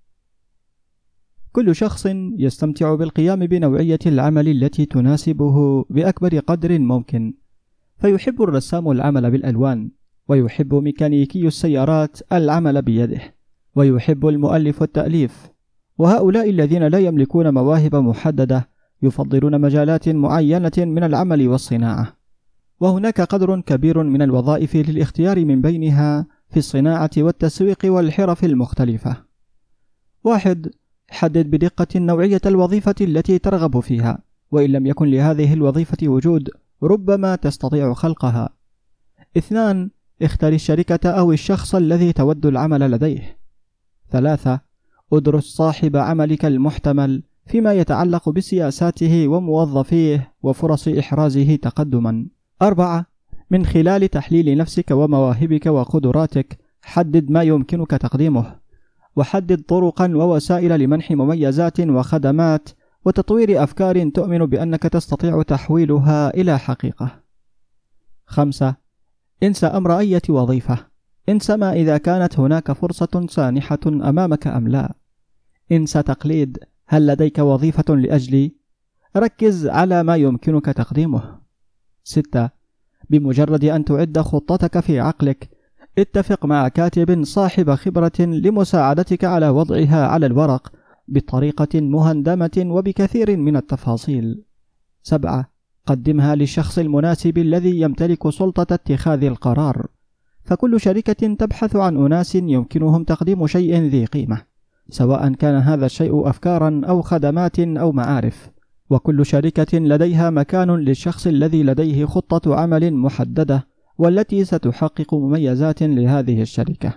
Speaker 1: كل شخص يستمتع بالقيام بنوعية العمل التي تناسبه بأكبر قدر ممكن، فيحب الرسام العمل بالألوان، ويحب ميكانيكي السيارات العمل بيده، ويحب المؤلف التأليف. وهؤلاء الذين لا يملكون مواهب محددة يفضلون مجالات معينة من العمل والصناعة، وهناك قدر كبير من الوظائف للاختيار من بينها في الصناعة والتسويق والحرف المختلفة. واحد، حدد بدقة نوعية الوظيفة التي ترغب فيها، وإن لم يكن لهذه الوظيفة وجود ربما تستطيع خلقها. اثنان، اختر الشركة أو الشخص الذي تود العمل لديه. ثلاثة، ادرس صاحب عملك المحتمل فيما يتعلق بسياساته وموظفيه وفرص إحرازه تقدما. أربعة، من خلال تحليل نفسك ومواهبك وقدراتك حدد ما يمكنك تقديمه، وحدد طرقا ووسائل لمنح مميزات وخدمات وتطوير أفكار تؤمن بأنك تستطيع تحويلها إلى حقيقة. خمسة، انسى أمر أي وظيفة، انسى ما إذا كانت هناك فرصة سانحة أمامك أم لا. انسى تقليد هل لديك وظيفة لأجلي؟ ركز على ما يمكنك تقديمه. ستة، بمجرد أن تعد خطتك في عقلك اتفق مع كاتب صاحب خبرة لمساعدتك على وضعها على الورق بطريقة مهندمة وبكثير من التفاصيل. سبعة، قدمها للشخص المناسب الذي يمتلك سلطة اتخاذ القرار، فكل شركة تبحث عن أناس يمكنهم تقديم شيء ذي قيمة، سواء كان هذا الشيء أفكارا أو خدمات أو معارف، وكل شركة لديها مكان للشخص الذي لديه خطة عمل محددة والتي ستحقق مميزات لهذه الشركة.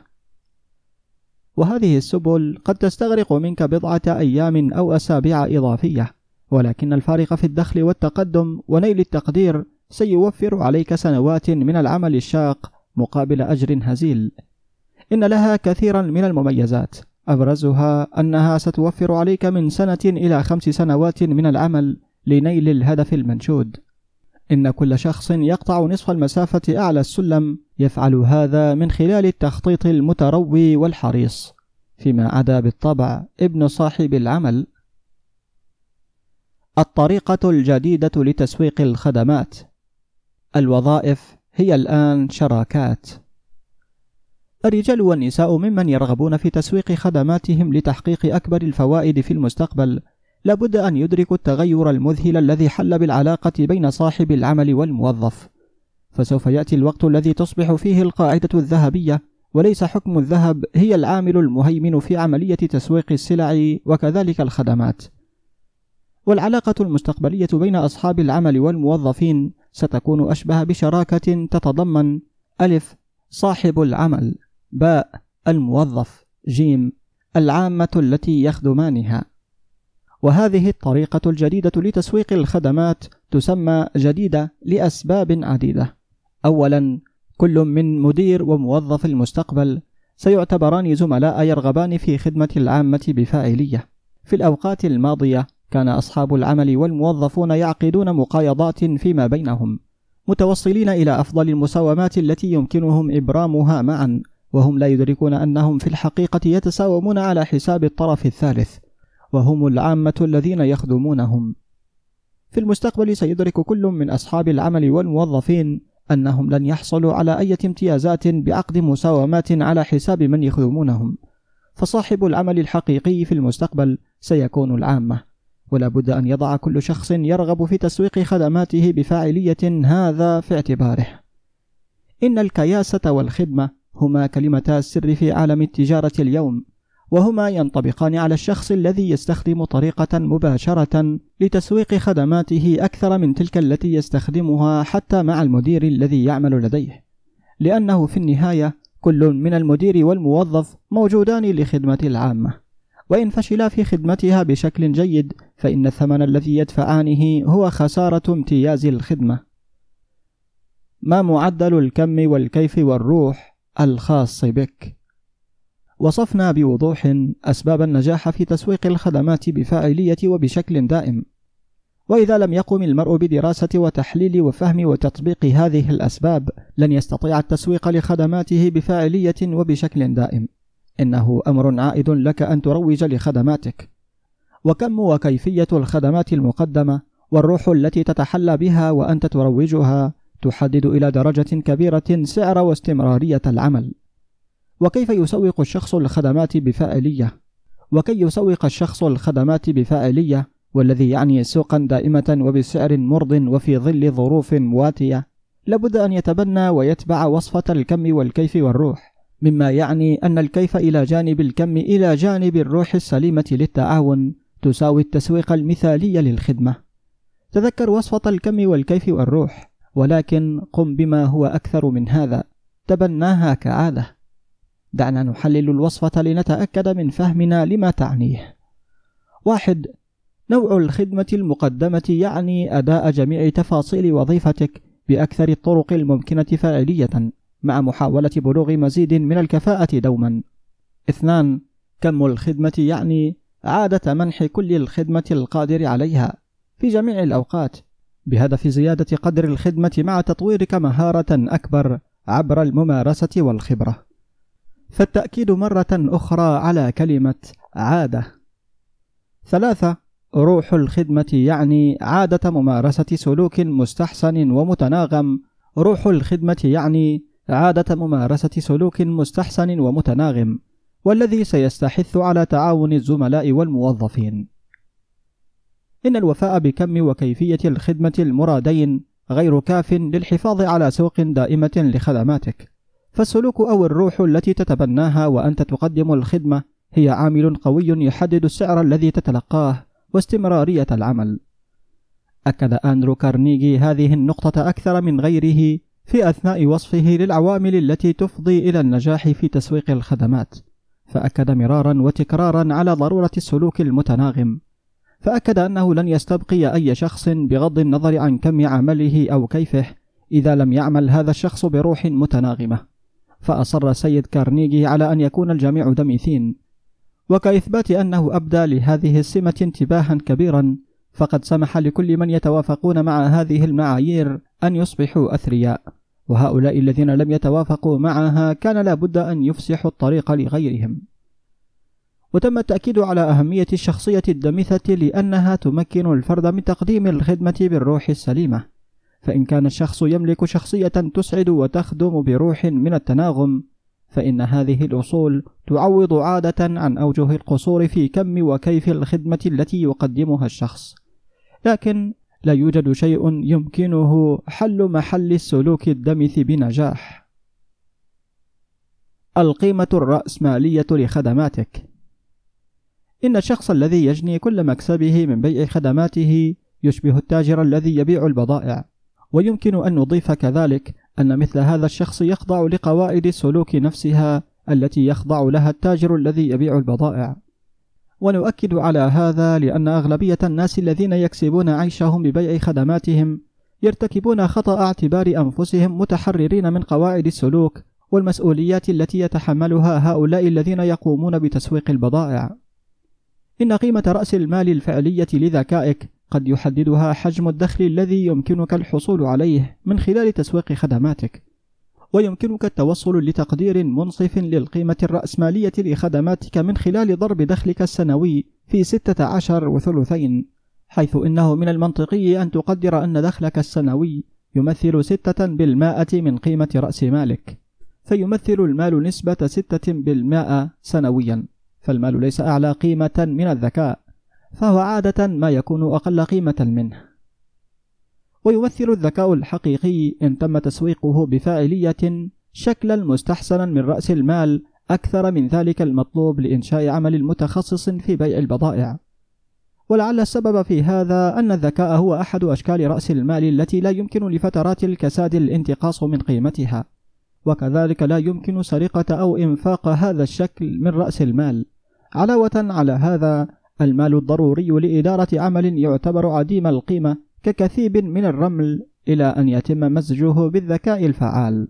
Speaker 1: وهذه السبل قد تستغرق منك بضعة أيام أو أسابيع إضافية، ولكن الفارق في الدخل والتقدم ونيل التقدير سيوفر عليك سنوات من العمل الشاق مقابل أجر هزيل. إن لها كثيرا من المميزات، أبرزها أنها ستوفر عليك من سنة إلى خمس سنوات من العمل لنيل الهدف المنشود. إن كل شخص يقطع نصف المسافة أعلى السلم يفعل هذا من خلال التخطيط المتروي والحريص، فيما عدا بالطبع ابن صاحب العمل. الطريقة الجديدة لتسويق الخدمات. الوظائف هي الآن شراكات. الرجال والنساء ممن يرغبون في تسويق خدماتهم لتحقيق أكبر الفوائد في المستقبل لابد أن يدركوا التغير المذهل الذي حل بالعلاقة بين صاحب العمل والموظف، فسوف يأتي الوقت الذي تصبح فيه القاعدة الذهبية وليس حكم الذهب هي العامل المهيمن في عملية تسويق السلع وكذلك الخدمات. والعلاقة المستقبلية بين أصحاب العمل والموظفين ستكون أشبه بشراكة تتضمن ألف صاحب العمل، باء الموظف، جيم العامة التي يخدمانها. وهذه الطريقة الجديدة لتسويق الخدمات تسمى جديدة لأسباب عديدة. أولا، كل من مدير وموظف المستقبل سيعتبران زملاء يرغبان في خدمة العامة بفاعلية. في الأوقات الماضية كان أصحاب العمل والموظفون يعقدون مقايضات فيما بينهم، متوصلين إلى أفضل المساومات التي يمكنهم إبرامها معا، وهم لا يدركون أنهم في الحقيقة يتساومون على حساب الطرف الثالث، وهم العامة الذين يخدمونهم. في المستقبل سيدرك كل من أصحاب العمل والموظفين أنهم لن يحصلوا على أي امتيازات بعقد مساومات على حساب من يخدمونهم، فصاحب العمل الحقيقي في المستقبل سيكون العامة، ولا بد أن يضع كل شخص يرغب في تسويق خدماته بفاعلية هذا في اعتباره. إن الكياسة والخدمة هما كلمتا السر في عالم التجارة اليوم، وهما ينطبقان على الشخص الذي يستخدم طريقة مباشرة لتسويق خدماته أكثر من تلك التي يستخدمها حتى مع المدير الذي يعمل لديه، لأنه في النهاية كل من المدير والموظف موجودان لخدمة العامة، وإن فشلا في خدمتها بشكل جيد فإن الثمن الذي يدفعانه هو خسارة امتياز الخدمة. ما معدل الكم والكيف والروح الخاص بك؟ وصفنا بوضوح أسباب النجاح في تسويق الخدمات بفاعلية وبشكل دائم، وإذا لم يقم المرء بدراسة وتحليل وفهم وتطبيق هذه الأسباب لن يستطيع التسويق لخدماته بفاعلية وبشكل دائم. إنه أمر عائد لك أن تروج لخدماتك، وكم وكيفية الخدمات المقدمة والروح التي تتحلى بها وأنت تروجها تحدد إلى درجة كبيرة سعر واستمرارية العمل. وكيف يسوق الشخص الخدمات بفاعلية؟ وكي يسوق الشخص الخدمات بفاعلية، والذي يعني سوقا دائمة وبسعر مرض وفي ظل ظروف مواتية، لابد أن يتبنى ويتبع وصفة الكم والكيف والروح، مما يعني أن الكيف إلى جانب الكم إلى جانب الروح السليمة للتعاون تساوي التسويق المثالي للخدمة. تذكر وصفة الكم والكيف والروح، ولكن قم بما هو أكثر من هذا، تبناها كعادة. دعنا نحلل الوصفة لنتأكد من فهمنا لما تعنيه. واحد، نوع الخدمة المقدمة يعني أداء جميع تفاصيل وظيفتك بأكثر الطرق الممكنة فاعلية مع محاولة بلوغ مزيد من الكفاءة دوما. اثنان، كم الخدمة يعني عادة منح كل الخدمة القادر عليها في جميع الأوقات بهدف زيادة قدر الخدمة مع تطويرك مهارة أكبر عبر الممارسة والخبرة. فالتأكيد مرة أخرى على كلمة عادة. ثلاثة، روح الخدمة يعني عادة ممارسة سلوك مستحسن ومتناغم. روح الخدمة يعني عادة ممارسة سلوك مستحسن ومتناغم، والذي سيستحث على تعاون الزملاء والموظفين. إن الوفاء بكم وكيفية الخدمة المرادين غير كاف للحفاظ على سوق دائمة لخدماتك، فالسلوك أو الروح التي تتبناها وأنت تقدم الخدمة هي عامل قوي يحدد السعر الذي تتلقاه واستمرارية العمل. أكد أندرو كارنيغي هذه النقطة أكثر من غيره في أثناء وصفه للعوامل التي تفضي إلى النجاح في تسويق الخدمات، فأكد مرارا وتكرارا على ضرورة السلوك المتناغم، فأكد أنه لن يستبقي أي شخص بغض النظر عن كم عمله أو كيفه إذا لم يعمل هذا الشخص بروح متناغمة. فأصر سيد كارنيغي على أن يكون الجميع دميثين، وكإثبات أنه أبدى لهذه السمة انتباها كبيرا فقد سمح لكل من يتوافقون مع هذه المعايير أن يصبحوا أثرياء، وهؤلاء الذين لم يتوافقوا معها كان لابد أن يفسحوا الطريق لغيرهم. وتم التأكيد على أهمية الشخصية الدمثة لأنها تمكن الفرد من تقديم الخدمة بالروح السليمة، فإن كان الشخص يملك شخصية تسعد وتخدم بروح من التناغم فإن هذه الأصول تعوض عادة عن أوجه القصور في كم وكيف الخدمة التي يقدمها الشخص، لكن لا يوجد شيء يمكنه حل محل السلوك الدمث بنجاح. القيمة الرأسمالية لخدماتك. إن الشخص الذي يجني كل مكسبه من بيع خدماته يشبه التاجر الذي يبيع البضائع، ويمكن أن نضيف كذلك أن مثل هذا الشخص يخضع لقواعد السلوك نفسها التي يخضع لها التاجر الذي يبيع البضائع. ونؤكد على هذا لأن أغلبية الناس الذين يكسبون عيشهم ببيع خدماتهم يرتكبون خطأ اعتبار أنفسهم متحررين من قواعد السلوك والمسؤوليات التي يتحملها هؤلاء الذين يقومون بتسويق البضائع. إن قيمة رأس المال الفعلية لذكائك قد يحددها حجم الدخل الذي يمكنك الحصول عليه من خلال تسويق خدماتك، ويمكنك التوصل لتقدير منصف للقيمة الرأسمالية لخدماتك من خلال ضرب دخلك السنوي في ستة عشر وثلثين، حيث إنه من المنطقي أن تقدر أن دخلك السنوي يمثل ستة بالمائة من قيمة رأس مالك، فيمثل المال نسبة ستة بالمائة سنويا، فالمال ليس أعلى قيمة من الذكاء، فهو عادة ما يكون أقل قيمة منه. ويمثل الذكاء الحقيقي إن تم تسويقه بفاعلية شكلا مستحسنا من رأس المال أكثر من ذلك المطلوب لإنشاء عمل متخصص في بيع البضائع. ولعل السبب في هذا أن الذكاء هو أحد أشكال رأس المال التي لا يمكن لفترات الكساد الانتقاص من قيمتها، وكذلك لا يمكن سرقة أو إنفاق هذا الشكل من رأس المال. علاوة على هذا، المال الضروري لإدارة عمل يعتبر عديم القيمة ككثيب من الرمل إلى أن يتم مزجه بالذكاء الفعال.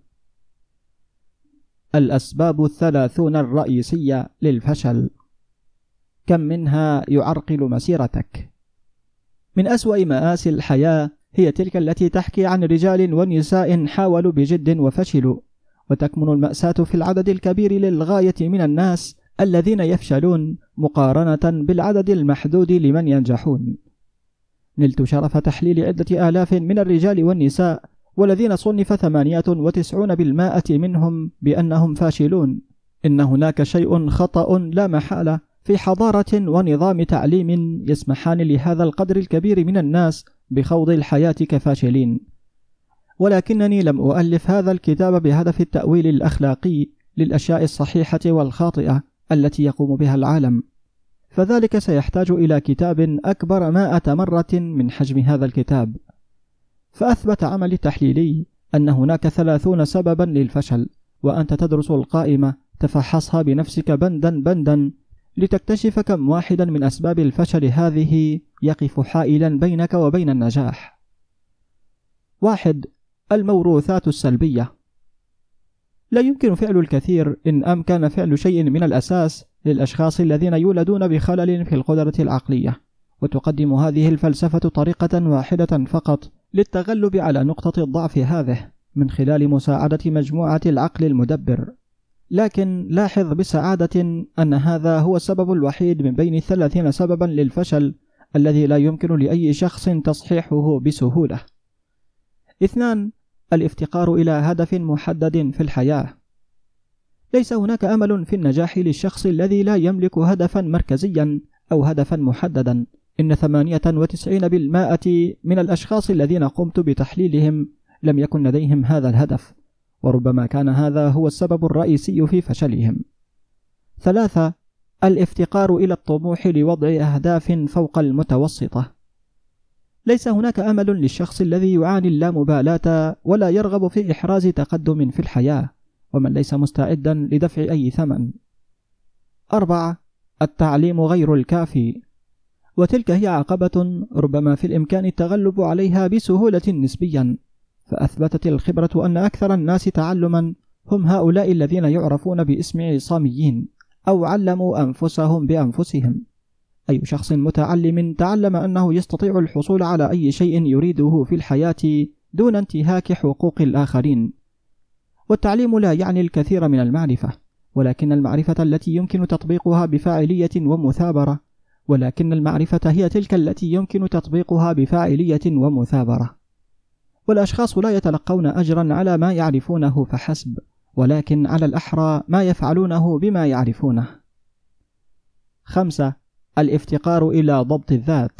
Speaker 1: الأسباب الثلاثون الرئيسية للفشل. كم منها يعرقل مسيرتك؟ من أسوأ مآسي الحياة هي تلك التي تحكي عن رجال ونساء حاولوا بجد وفشلوا، وتكمن المأساة في العدد الكبير للغاية من الناس الذين يفشلون مقارنة بالعدد المحدود لمن ينجحون. نلت شرف تحليل عدة آلاف من الرجال والنساء، والذين صنف ثمانية وتسعون بالمائة منهم بأنهم فاشلون. إن هناك شيء خطأ لا محالة في حضارة ونظام تعليم يسمحان لهذا القدر الكبير من الناس بخوض الحياة كفاشلين. ولكنني لم أؤلف هذا الكتاب بهدف التأويل الأخلاقي للأشياء الصحيحة والخاطئة التي يقوم بها العالم، فذلك سيحتاج إلى كتاب أكبر مائة مرة من حجم هذا الكتاب. فأثبت عملي التحليلي أن هناك ثلاثون سببا للفشل، وأنت تدرس القائمة تفحصها بنفسك بندا بندا لتكتشف كم واحدا من أسباب الفشل هذه يقف حائلا بينك وبين النجاح. واحد. الموروثات السلبية. لا يمكن فعل الكثير إن أمكن فعل شيء من الأساس للأشخاص الذين يولدون بخلل في القدرة العقلية، وتقدم هذه الفلسفة طريقة واحدة فقط للتغلب على نقطة الضعف هذه من خلال مساعدة مجموعة العقل المدبر. لكن لاحظ بسعادة أن هذا هو السبب الوحيد من بين الثلاثين سببا للفشل الذي لا يمكن لأي شخص تصحيحه بسهولة. اثنان. الافتقار إلى هدف محدد في الحياة. ليس هناك أمل في النجاح للشخص الذي لا يملك هدفا مركزيا أو هدفا محددا. إن ثمانية وتسعين بالمائة من الأشخاص الذين قمت بتحليلهم لم يكن لديهم هذا الهدف، وربما كان هذا هو السبب الرئيسي في فشلهم. ثلاثة. الافتقار إلى الطموح لوضع أهداف فوق المتوسطة. ليس هناك أمل للشخص الذي يعاني اللامبالاة ولا يرغب في إحراز تقدم في الحياة، ومن ليس مستعدا لدفع أي ثمن. أربعة. التعليم غير الكافي. وتلك هي عقبة ربما في الإمكان التغلب عليها بسهولة نسبيا، فأثبتت الخبرة أن أكثر الناس تعلما هم هؤلاء الذين يعرفون باسم عصاميين أو علموا أنفسهم بأنفسهم. أي شخص متعلم تعلم أنه يستطيع الحصول على أي شيء يريده في الحياة دون انتهاك حقوق الآخرين. والتعليم لا يعني الكثير من المعرفة، ولكن المعرفة التي يمكن تطبيقها بفاعلية ومثابرة، ولكن المعرفة هي تلك التي يمكن تطبيقها بفاعلية ومثابرة. والأشخاص لا يتلقون أجرا على ما يعرفونه فحسب، ولكن على الأحرى ما يفعلونه بما يعرفونه. خمسة. الافتقار إلى ضبط الذات.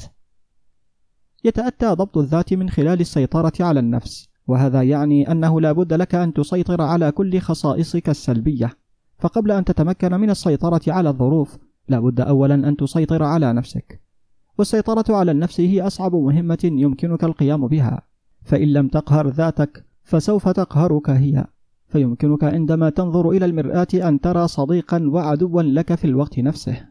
Speaker 1: يتأتى ضبط الذات من خلال السيطرة على النفس، وهذا يعني أنه لا بد لك أن تسيطر على كل خصائصك السلبية، فقبل أن تتمكن من السيطرة على الظروف لابد أولا أن تسيطر على نفسك، والسيطرة على النفس هي أصعب مهمة يمكنك القيام بها، فإن لم تقهر ذاتك فسوف تقهرك هي، فيمكنك عندما تنظر إلى المرآة أن ترى صديقا وعدوا لك في الوقت نفسه.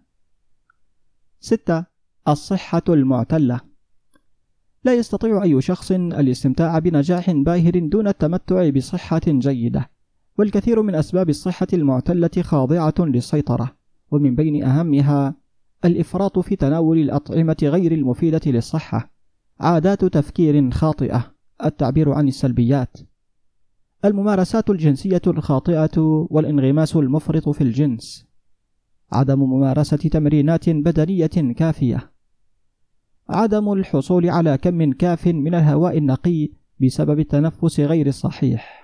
Speaker 1: ستة. الصحة المعتلة. لا يستطيع أي شخص الاستمتاع بنجاح باهر دون التمتع بصحة جيدة، والكثير من أسباب الصحة المعتلة خاضعة للسيطرة، ومن بين أهمها الإفراط في تناول الأطعمة غير المفيدة للصحة، عادات تفكير خاطئة، التعبير عن السلبيات، الممارسات الجنسية الخاطئة والانغماس المفرط في الجنس، عدم ممارسة تمرينات بدنية كافية، عدم الحصول على كم كاف من الهواء النقي بسبب التنفس غير الصحيح.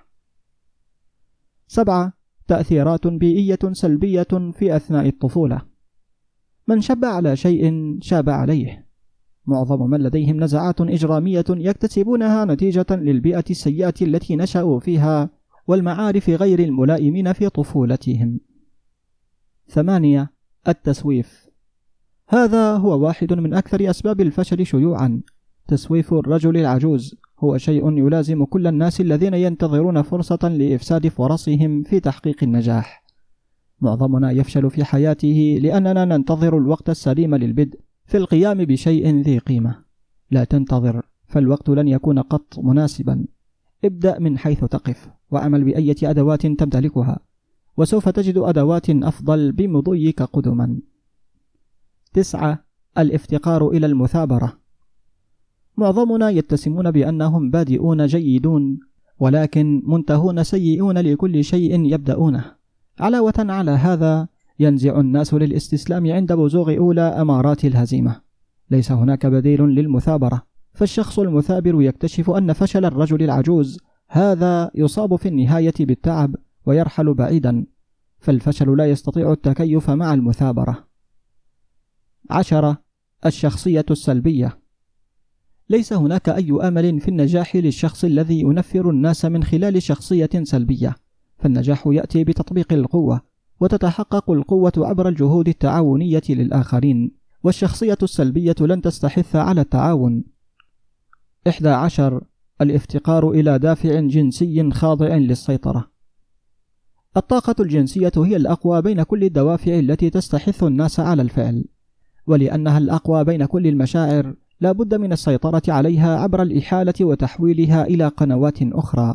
Speaker 1: سبعة. تأثيرات بيئية سلبية في أثناء الطفولة. من شب على شيء شاب عليه. معظم من لديهم نزعات إجرامية يكتسبونها نتيجة للبيئة السيئة التي نشأوا فيها والمعارف غير الملائمين في طفولتهم. ثمانية. التسويف. هذا هو واحد من أكثر أسباب الفشل شيوعا. تسويف الرجل العجوز هو شيء يلازم كل الناس الذين ينتظرون فرصة لإفساد فرصهم في تحقيق النجاح. معظمنا يفشل في حياته لأننا ننتظر الوقت السليم للبدء في القيام بشيء ذي قيمة. لا تنتظر، فالوقت لن يكون قط مناسبا. ابدأ من حيث تقف، وعمل بأية أدوات تمتلكها، وسوف تجد أدوات أفضل بمضيك قدما. تسعة. الافتقار إلى المثابرة. معظمنا يتسمون بأنهم بادئون جيدون، ولكن منتهون سيئون لكل شيء يبدأونه. علاوة على هذا، ينزع الناس للاستسلام عند بزوغ أولى أمارات الهزيمة. ليس هناك بديل للمثابرة، فالشخص المثابر يكتشف أن فشل الرجل العجوز هذا يصاب في النهاية بالتعب ويرحل بعيدا، فالفشل لا يستطيع التكيف مع المثابرة. عشرة. الشخصية السلبية. ليس هناك أي أمل في النجاح للشخص الذي ينفر الناس من خلال شخصية سلبية، فالنجاح يأتي بتطبيق القوة، وتتحقق القوة عبر الجهود التعاونية للآخرين، والشخصية السلبية لن تستحث على التعاون. إحدى عشر. الافتقار إلى دافع جنسي خاضع للسيطرة. الطاقة الجنسية هي الأقوى بين كل الدوافع التي تستحث الناس على الفعل، ولأنها الأقوى بين كل المشاعر لا بد من السيطرة عليها عبر الإحالة وتحويلها إلى قنوات أخرى.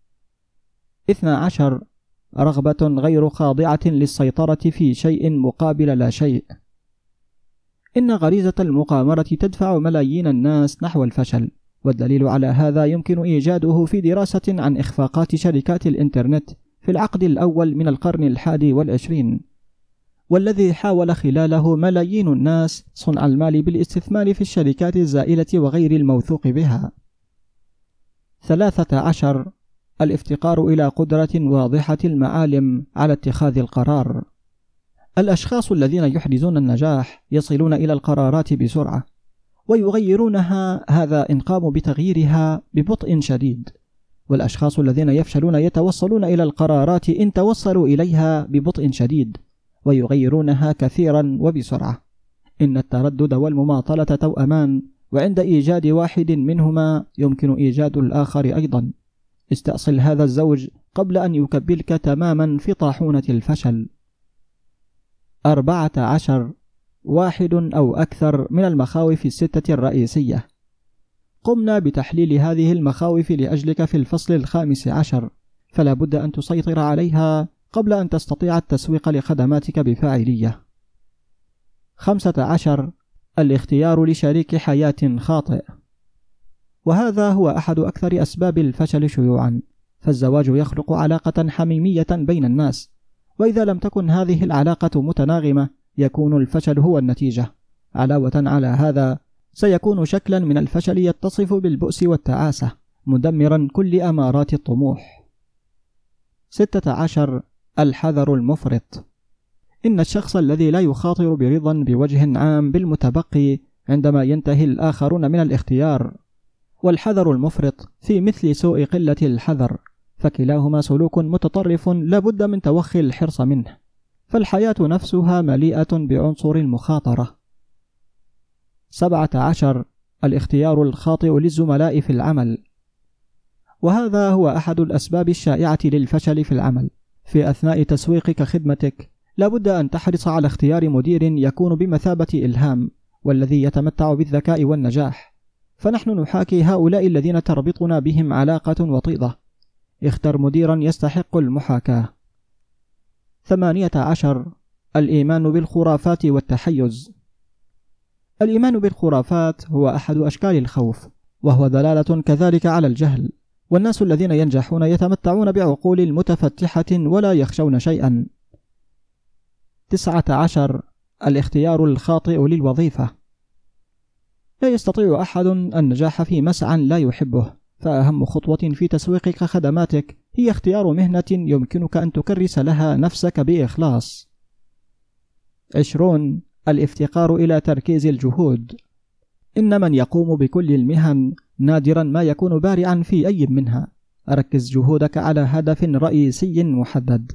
Speaker 1: اثنى عشر. رغبة غير خاضعة للسيطرة في شيء مقابل لا شيء. إن غريزة المقامرة تدفع ملايين الناس نحو الفشل، والدليل على هذا يمكن إيجاده في دراسة عن إخفاقات شركات الإنترنت في العقد الأول من القرن الحادي والعشرين، والذي حاول خلاله ملايين الناس صنع المال بالاستثمار في الشركات الزائلة وغير الموثوق بها. ثلاثة عشر. الافتقار إلى قدرة واضحة المعالم على اتخاذ القرار. الأشخاص الذين يحرزون النجاح يصلون إلى القرارات بسرعة ويغيرونها، هذا إن قاموا بتغييرها ببطء شديد، والأشخاص الذين يفشلون يتوصلون إلى القرارات إن توصلوا إليها ببطء شديد ويغيرونها كثيرا وبسرعة. إن التردد والمماطلة توأمان، وعند إيجاد واحد منهما يمكن إيجاد الآخر أيضا. استأصل هذا الزوج قبل أن يكبلك تماما في طاحونة الفشل. أربعة عشر. واحد أو أكثر من المخاوف الستة الرئيسية. قمنا بتحليل هذه المخاوف لأجلك في الفصل الخامس عشر، فلا بد أن تسيطر عليها قبل أن تستطيع التسويق لخدماتك بفاعلية. خمسة عشر. الاختيار لشريك حياة خاطئ. وهذا هو أحد أكثر أسباب الفشل شيوعا، فالزواج يخلق علاقة حميمية بين الناس، وإذا لم تكن هذه العلاقة متناغمة يكون الفشل هو النتيجة. علاوة على هذا، سيكون شكلا من الفشل يتصف بالبؤس والتعاسة، مدمرا كل أمارات الطموح. ستة عشر. الحذر المفرط. إن الشخص الذي لا يخاطر برضا بوجه عام بالمتبقي عندما ينتهي الآخرون من الاختيار، والحذر المفرط في مثل سوء قلة الحذر، فكلاهما سلوك متطرف لا بد من توخي الحرص منه، فالحياة نفسها مليئة بعنصر المخاطرة. سبعة عشر الاختيار الخاطئ للزملاء في العمل، وهذا هو أحد الأسباب الشائعة للفشل في العمل. في أثناء تسويقك خدمتك لابد أن تحرص على اختيار مدير يكون بمثابة إلهام والذي يتمتع بالذكاء والنجاح، فنحن نحاكي هؤلاء الذين تربطنا بهم علاقة وطيدة. اختر مديرا يستحق المحاكاة. ثمانية عشر الإيمان بالخرافات والتحيز. الإيمان بالخرافات هو أحد أشكال الخوف، وهو دلالة كذلك على الجهل، والناس الذين ينجحون يتمتعون بعقول متفتحة ولا يخشون شيئا. تسعة عشر الاختيار الخاطئ للوظيفة. لا يستطيع أحد النجاح في مسعى لا يحبه، فأهم خطوة في تسويقك خدماتك هي اختيار مهنة يمكنك أن تكرس لها نفسك بإخلاص. عشرون الافتقار إلى تركيز الجهود. إن من يقوم بكل المهن نادرا ما يكون بارعا في أي منها. ركز جهودك على هدف رئيسي محدد.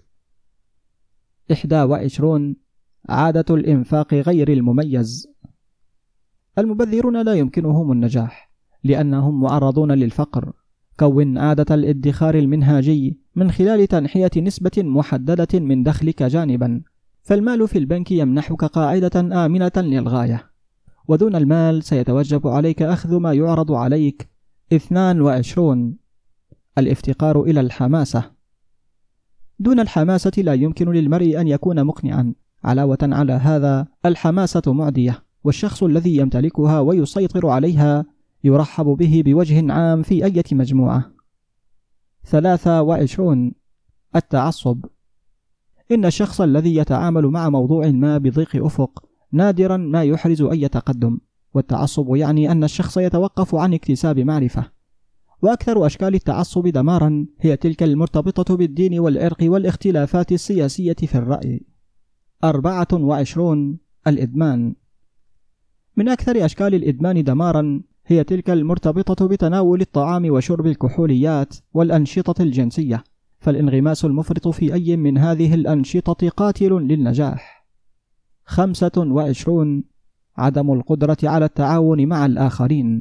Speaker 1: إحدى وعشرون عادة الإنفاق غير المميز. المبذرون لا يمكنهم النجاح لأنهم معرضون للفقر. كون عادة الادخار المنهاجي من خلال تنحية نسبة محددة من دخلك جانبا، فالمال في البنك يمنحك قاعدة آمنة للغاية، ودون المال سيتوجب عليك أخذ ما يعرض عليك. اثنان وعشرون الافتقار إلى الحماسة. دون الحماسة لا يمكن للمرء أن يكون مقنعا. علاوة على هذا الحماسة معدية، والشخص الذي يمتلكها ويسيطر عليها يرحب به بوجه عام في أي مجموعة. ثلاثة وعشرون التعصب. إن الشخص الذي يتعامل مع موضوع ما بضيق أفق نادرا ما يحرز أي تقدم، والتعصب يعني أن الشخص يتوقف عن اكتساب معرفة. وأكثر أشكال التعصب دمارا هي تلك المرتبطة بالدين والعرق والاختلافات السياسية في الرأي. أربعة وعشرون الإدمان. من أكثر أشكال الإدمان دمارا هي تلك المرتبطة بتناول الطعام وشرب الكحوليات والأنشطة الجنسية، فالانغماس المفرط في أي من هذه الأنشطة قاتل للنجاح. خمسة وعشرون عدم القدرة على التعاون مع الآخرين.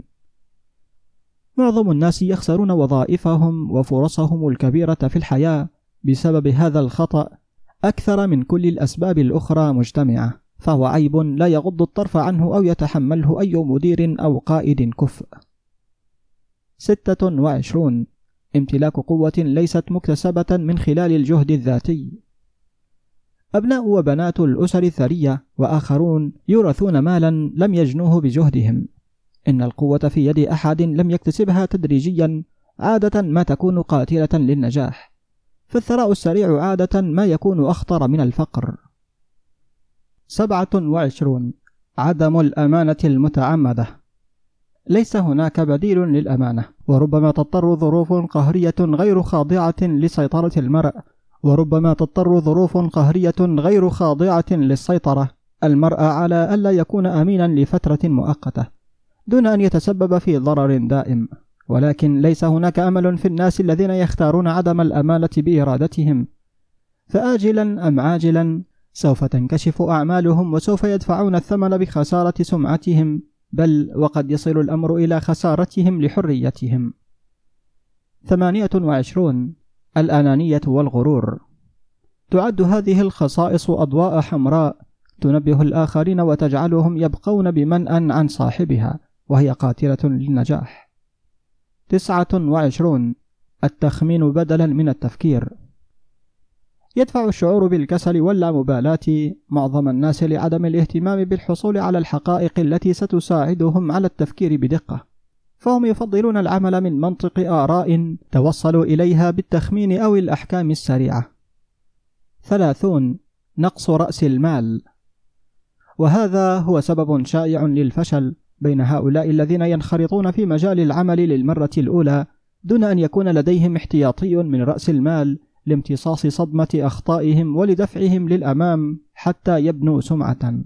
Speaker 1: معظم الناس يخسرون وظائفهم وفرصهم الكبيرة في الحياة بسبب هذا الخطأ أكثر من كل الأسباب الأخرى مجتمعة، فهو عيب لا يغض الطرف عنه أو يتحمله أي مدير أو قائد كفء. ستة وعشرون امتلاك قوة ليست مكتسبة من خلال الجهد الذاتي. أبناء وبنات الأسر الثرية وآخرون يورثون مالا لم يجنوه بجهدهم. إن القوة في يد أحد لم يكتسبها تدريجيا عادة ما تكون قاتلة للنجاح، فالثراء السريع عادة ما يكون أخطر من الفقر. سبعة وعشرون عدم الأمانة المتعمدة. ليس هناك بديل للأمانة، وربما تضطر ظروف قهرية غير خاضعة لسيطرة المرء وربما تضطر ظروف قهرية غير خاضعة للسيطرة المرء على ألا يكون أمينا لفترة مؤقتة دون أن يتسبب في ضرر دائم. ولكن ليس هناك أمل في الناس الذين يختارون عدم الأمانة بإرادتهم، فآجلا أم عاجلا سوف تنكشف أعمالهم وسوف يدفعون الثمن بخسارة سمعتهم، بل وقد يصل الأمر إلى خسارتهم لحريتهم. ثمانية وعشرون الأنانية والغرور. تعد هذه الخصائص أضواء حمراء تنبه الآخرين وتجعلهم يبقون بمنأى عن صاحبها، وهي قاتلة للنجاح. تسعة وعشرون التخمين بدلا من التفكير. يدفع الشعور بالكسل واللامبالاة معظم الناس لعدم الاهتمام بالحصول على الحقائق التي ستساعدهم على التفكير بدقة، فهم يفضلون العمل من منطق آراء توصلوا إليها بالتخمين أو الأحكام السريعة. ثلاثون نقص رأس المال. وهذا هو سبب شائع للفشل بين هؤلاء الذين ينخرطون في مجال العمل للمرة الأولى دون أن يكون لديهم احتياطي من رأس المال لامتصاص صدمة أخطائهم ولدفعهم للأمام حتى يبنوا سمعة.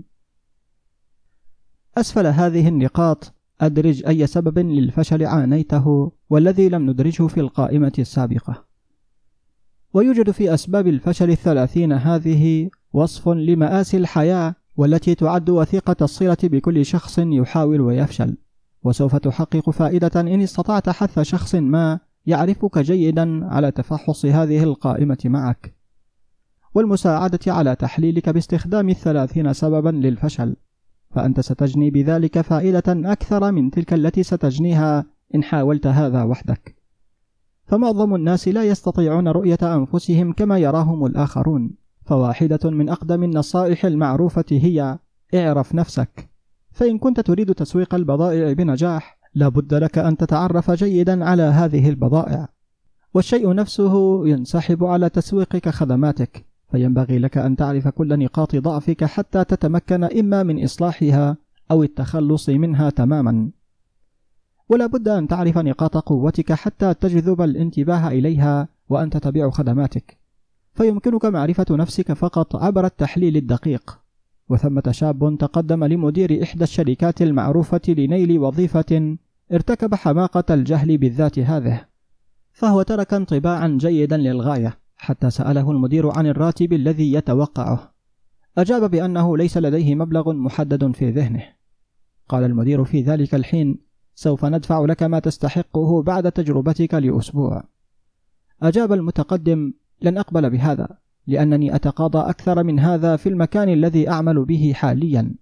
Speaker 1: أسفل هذه النقاط أدرج أي سبب للفشل عانيته والذي لم ندرجه في القائمة السابقة. ويوجد في أسباب الفشل الثلاثين هذه وصف لمآسي الحياة والتي تعد وثيقة الصلة بكل شخص يحاول ويفشل، وسوف تحقق فائدة إن استطعت حث شخص ما يعرفك جيدا على تفحص هذه القائمة معك، والمساعدة على تحليلك باستخدام الثلاثين سببا للفشل، فأنت ستجني بذلك فائدة أكثر من تلك التي ستجنيها إن حاولت هذا وحدك. فمعظم الناس لا يستطيعون رؤية أنفسهم كما يراهم الآخرون، فواحدة من أقدم النصائح المعروفة هي اعرف نفسك. فإن كنت تريد تسويق البضائع بنجاح، لابد لك أن تتعرف جيدا على هذه البضائع، والشيء نفسه ينسحب على تسويقك خدماتك، فينبغي لك أن تعرف كل نقاط ضعفك حتى تتمكن إما من إصلاحها أو التخلص منها تماما. ولا بد أن تعرف نقاط قوتك حتى تجذب الانتباه إليها وأنت تبيع خدماتك، فيمكنك معرفة نفسك فقط عبر التحليل الدقيق. وثمة شاب تقدم لمدير إحدى الشركات المعروفة لنيل وظيفة ارتكب حماقة الجهل بالذات هذه، فهو ترك انطباعا جيدا للغاية حتى سأله المدير عن الراتب الذي يتوقعه. أجاب بأنه ليس لديه مبلغ محدد في ذهنه. قال المدير في ذلك الحين: سوف ندفع لك ما تستحقه بعد تجربتك لأسبوع. أجاب المتقدم: لن أقبل بهذا، لأنني أتقاضى أكثر من هذا في المكان الذي أعمل به حاليا.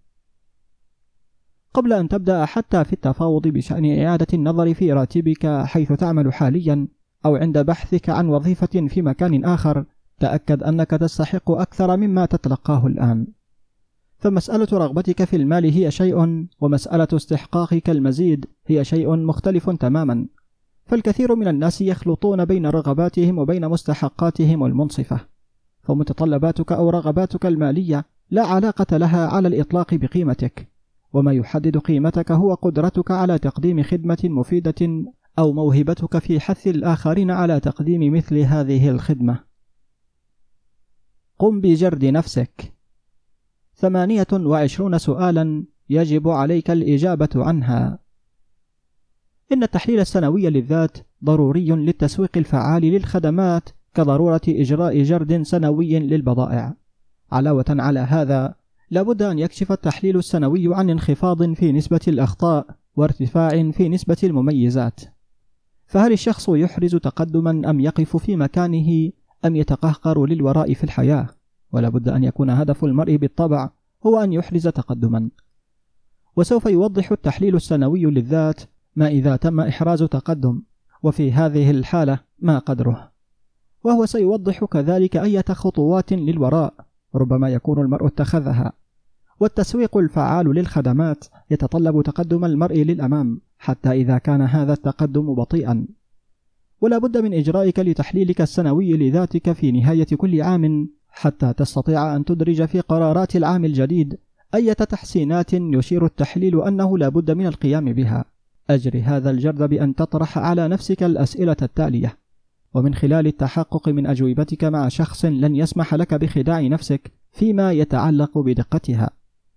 Speaker 1: قبل أن تبدأ حتى في التفاوض بشأن إعادة النظر في راتبك حيث تعمل حاليا أو عند بحثك عن وظيفة في مكان آخر، تأكد أنك تستحق أكثر مما تتلقاه الآن. فمسألة رغبتك في المال هي شيء، ومسألة استحقاقك المزيد هي شيء مختلف تماما. فالكثير من الناس يخلطون بين رغباتهم وبين مستحقاتهم المنصفة، فمتطلباتك أو رغباتك المالية لا علاقة لها على الإطلاق بقيمتك، وما يحدد قيمتك هو قدرتك على تقديم خدمة مفيدة أو موهبتك في حث الآخرين على تقديم مثل هذه الخدمة. قم بجرد نفسك. ثمانية وعشرون سؤالا يجب عليك الإجابة عنها. إن التحليل السنوي للذات ضروري للتسويق الفعال للخدمات كضرورة إجراء جرد سنوي للبضائع. علاوة على هذا، لابد أن يكشف التحليل السنوي عن انخفاض في نسبة الأخطاء وارتفاع في نسبة المميزات. فهل الشخص يحرز تقدما أم يقف في مكانه أم يتقهقر للوراء في الحياة؟ ولا بد أن يكون هدف المرء بالطبع هو أن يحرز تقدما. وسوف يوضح التحليل السنوي للذات ما إذا تم إحراز تقدم، وفي هذه الحالة ما قدره، وهو سيوضح كذلك أي خطوات للوراء ربما يكون المرء اتخذها. والتسويق الفعال للخدمات يتطلب تقدم المرء للأمام حتى إذا كان هذا التقدم بطيئا. ولا بد من إجرائك لتحليلك السنوي لذاتك في نهاية كل عام حتى تستطيع أن تدرج في قرارات العام الجديد أي تحسينات يشير التحليل أنه لا بد من القيام بها. أجري هذا الجرد بأن تطرح على نفسك الأسئلة التالية، ومن خلال التحقق من أجوبتك مع شخص لن يسمح لك بخداع نفسك فيما يتعلق بدقتها.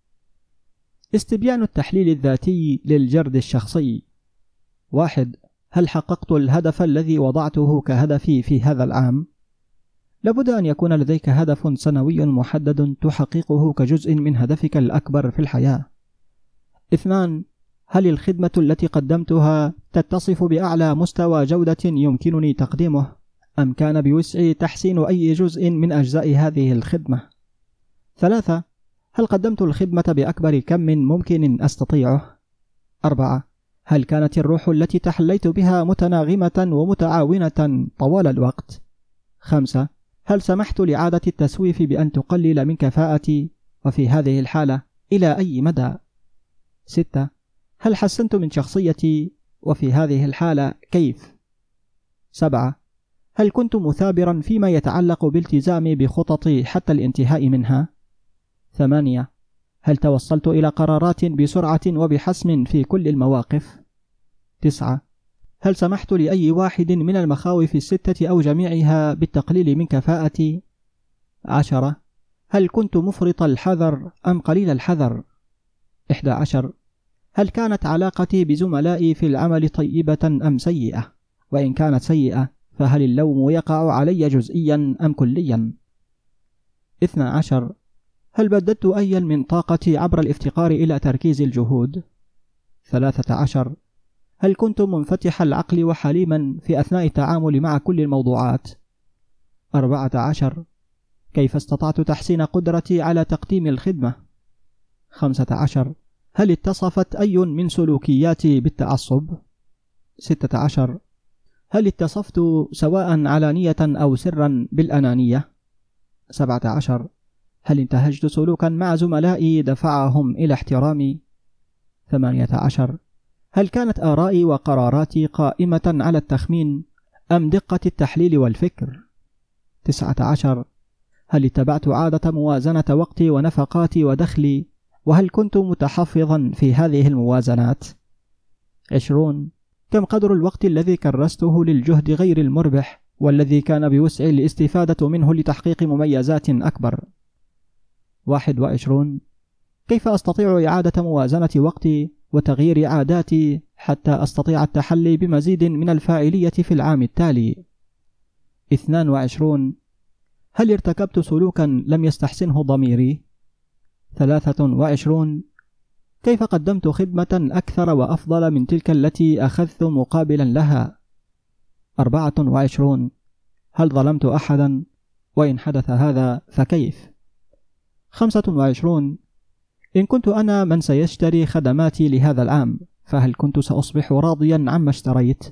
Speaker 1: استبيان التحليل الذاتي للجرد الشخصي. واحد. هل حققت الهدف الذي وضعته كهدفي في هذا العام؟ لابد أن يكون لديك هدف سنوي محدد تحققه كجزء من هدفك الأكبر في الحياة. اثنان. هل الخدمة التي قدمتها تتصف بأعلى مستوى جودة يمكنني تقديمه، أم كان بوسعي تحسين أي جزء من أجزاء هذه الخدمة؟ ثلاثة. هل قدمت الخدمة بأكبر كم ممكن أستطيعه؟ أربعة. هل كانت الروح التي تحليت بها متناغمة ومتعاونة طوال الوقت؟ خمسة. هل سمحت لعادة التسويف بأن تقلل من كفاءتي، وفي هذه الحالة إلى أي مدى؟ ستة. هل حسنت من شخصيتي، وفي هذه الحالة كيف؟ سبعة. هل كنت مثابرا فيما يتعلق بالتزامي بخططي حتى الانتهاء منها؟ ثمانية. هل توصلت إلى قرارات بسرعة وبحسم في كل المواقف؟ تسعة. هل سمحت لأي واحد من المخاوف الستة أو جميعها بالتقليل من كفاءتي؟ عشرة. هل كنت مفرط الحذر أم قليل الحذر؟ إحدى عشر. هل كانت علاقتي بزملائي في العمل طيبة أم سيئة؟ وإن كانت سيئة فهل اللوم يقع علي جزئيا أم كليا؟ اثنى عشر. هل بددت أيا من طاقتي عبر الافتقار إلى تركيز الجهود؟ ثلاثة عشر. هل كنت منفتح العقل وحليما في أثناء التعامل مع كل الموضوعات؟ أربعة عشر. كيف استطعت تحسين قدرتي على تقديم الخدمة؟ خمسة عشر. هل اتصفت أي من سلوكياتي بالتعصب؟ ستة عشر. هل اتصفت سواء علانية أو سرا بالأنانية؟ سبعة عشر. هل انتهجت سلوكا مع زملائي دفعهم إلى احترامي؟ ثمانية عشر. هل كانت آرائي وقراراتي قائمة على التخمين أم دقة التحليل والفكر؟ تسعة عشر. هل اتبعت عادة موازنة وقتي ونفقاتي ودخلي، وهل كنت متحفظا في هذه الموازنات؟ عشرون. كم قدر الوقت الذي كرسته للجهد غير المربح والذي كان بوسعي الاستفادة منه لتحقيق مميزات أكبر؟ واحد وعشرون. كيف أستطيع إعادة موازنة وقتي وتغيير عاداتي حتى أستطيع التحلي بمزيد من الفاعلية في العام التالي؟ اثنان وعشرون. هل ارتكبت سلوكا لم يستحسنه ضميري؟ ثلاثة وعشرون. كيف قدمت خدمة أكثر وأفضل من تلك التي أخذت مقابلا لها؟ أربعة وعشرون. هل ظلمت أحدا؟ وإن حدث هذا فكيف؟ خمسة وعشرون. إن كنت أنا من سيشتري خدماتي لهذا العام، فهل كنت سأصبح راضيا عما اشتريت؟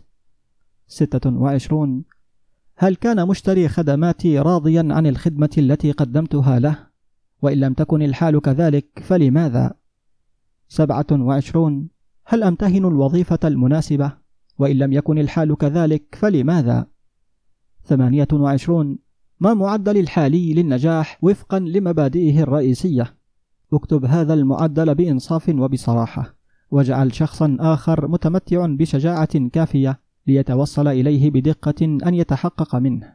Speaker 1: ستة وعشرون. هل كان مشتري خدماتي راضيا عن الخدمة التي قدمتها له؟ وإن لم تكن الحال كذلك فلماذا؟ سبعة وعشرون. هل أمتهن الوظيفة المناسبة؟ وإن لم يكن الحال كذلك فلماذا؟ ثمانية وعشرون. ما معدل الحالي للنجاح وفقا لمبادئه الرئيسية؟ اكتب هذا المعدل بإنصاف وبصراحة، واجعل شخصا آخر متمتع بشجاعة كافية ليتوصل إليه بدقة أن يتحقق منه.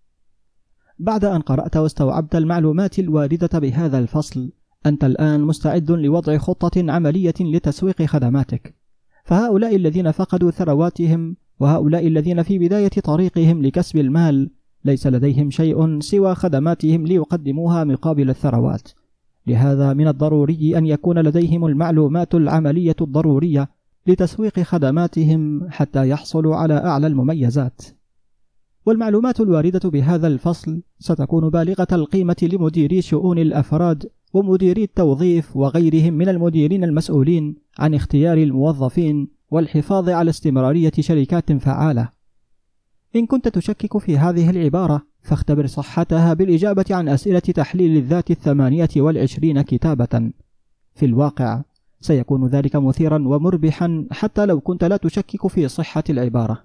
Speaker 1: بعد أن قرأت واستوعبت المعلومات الواردة بهذا الفصل، أنت الآن مستعد لوضع خطة عملية لتسويق خدماتك. فهؤلاء الذين فقدوا ثرواتهم وهؤلاء الذين في بداية طريقهم لكسب المال ليس لديهم شيء سوى خدماتهم ليقدموها مقابل الثروات. لهذا من الضروري أن يكون لديهم المعلومات العملية الضرورية لتسويق خدماتهم حتى يحصلوا على أعلى المميزات. والمعلومات الواردة بهذا الفصل ستكون بالغة القيمة لمديري شؤون الأفراد ومديري التوظيف وغيرهم من المديرين المسؤولين عن اختيار الموظفين والحفاظ على استمرارية شركات فعالة. إن كنت تشكك في هذه العبارة فاختبر صحتها بالإجابة عن أسئلة تحليل الذات الثمانية والعشرين كتابة. في الواقع سيكون ذلك مثيرا ومربحا حتى لو كنت لا تشكك في صحة العبارة.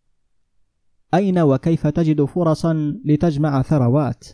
Speaker 1: أين وكيف تجد فرصا لتجمع ثروات؟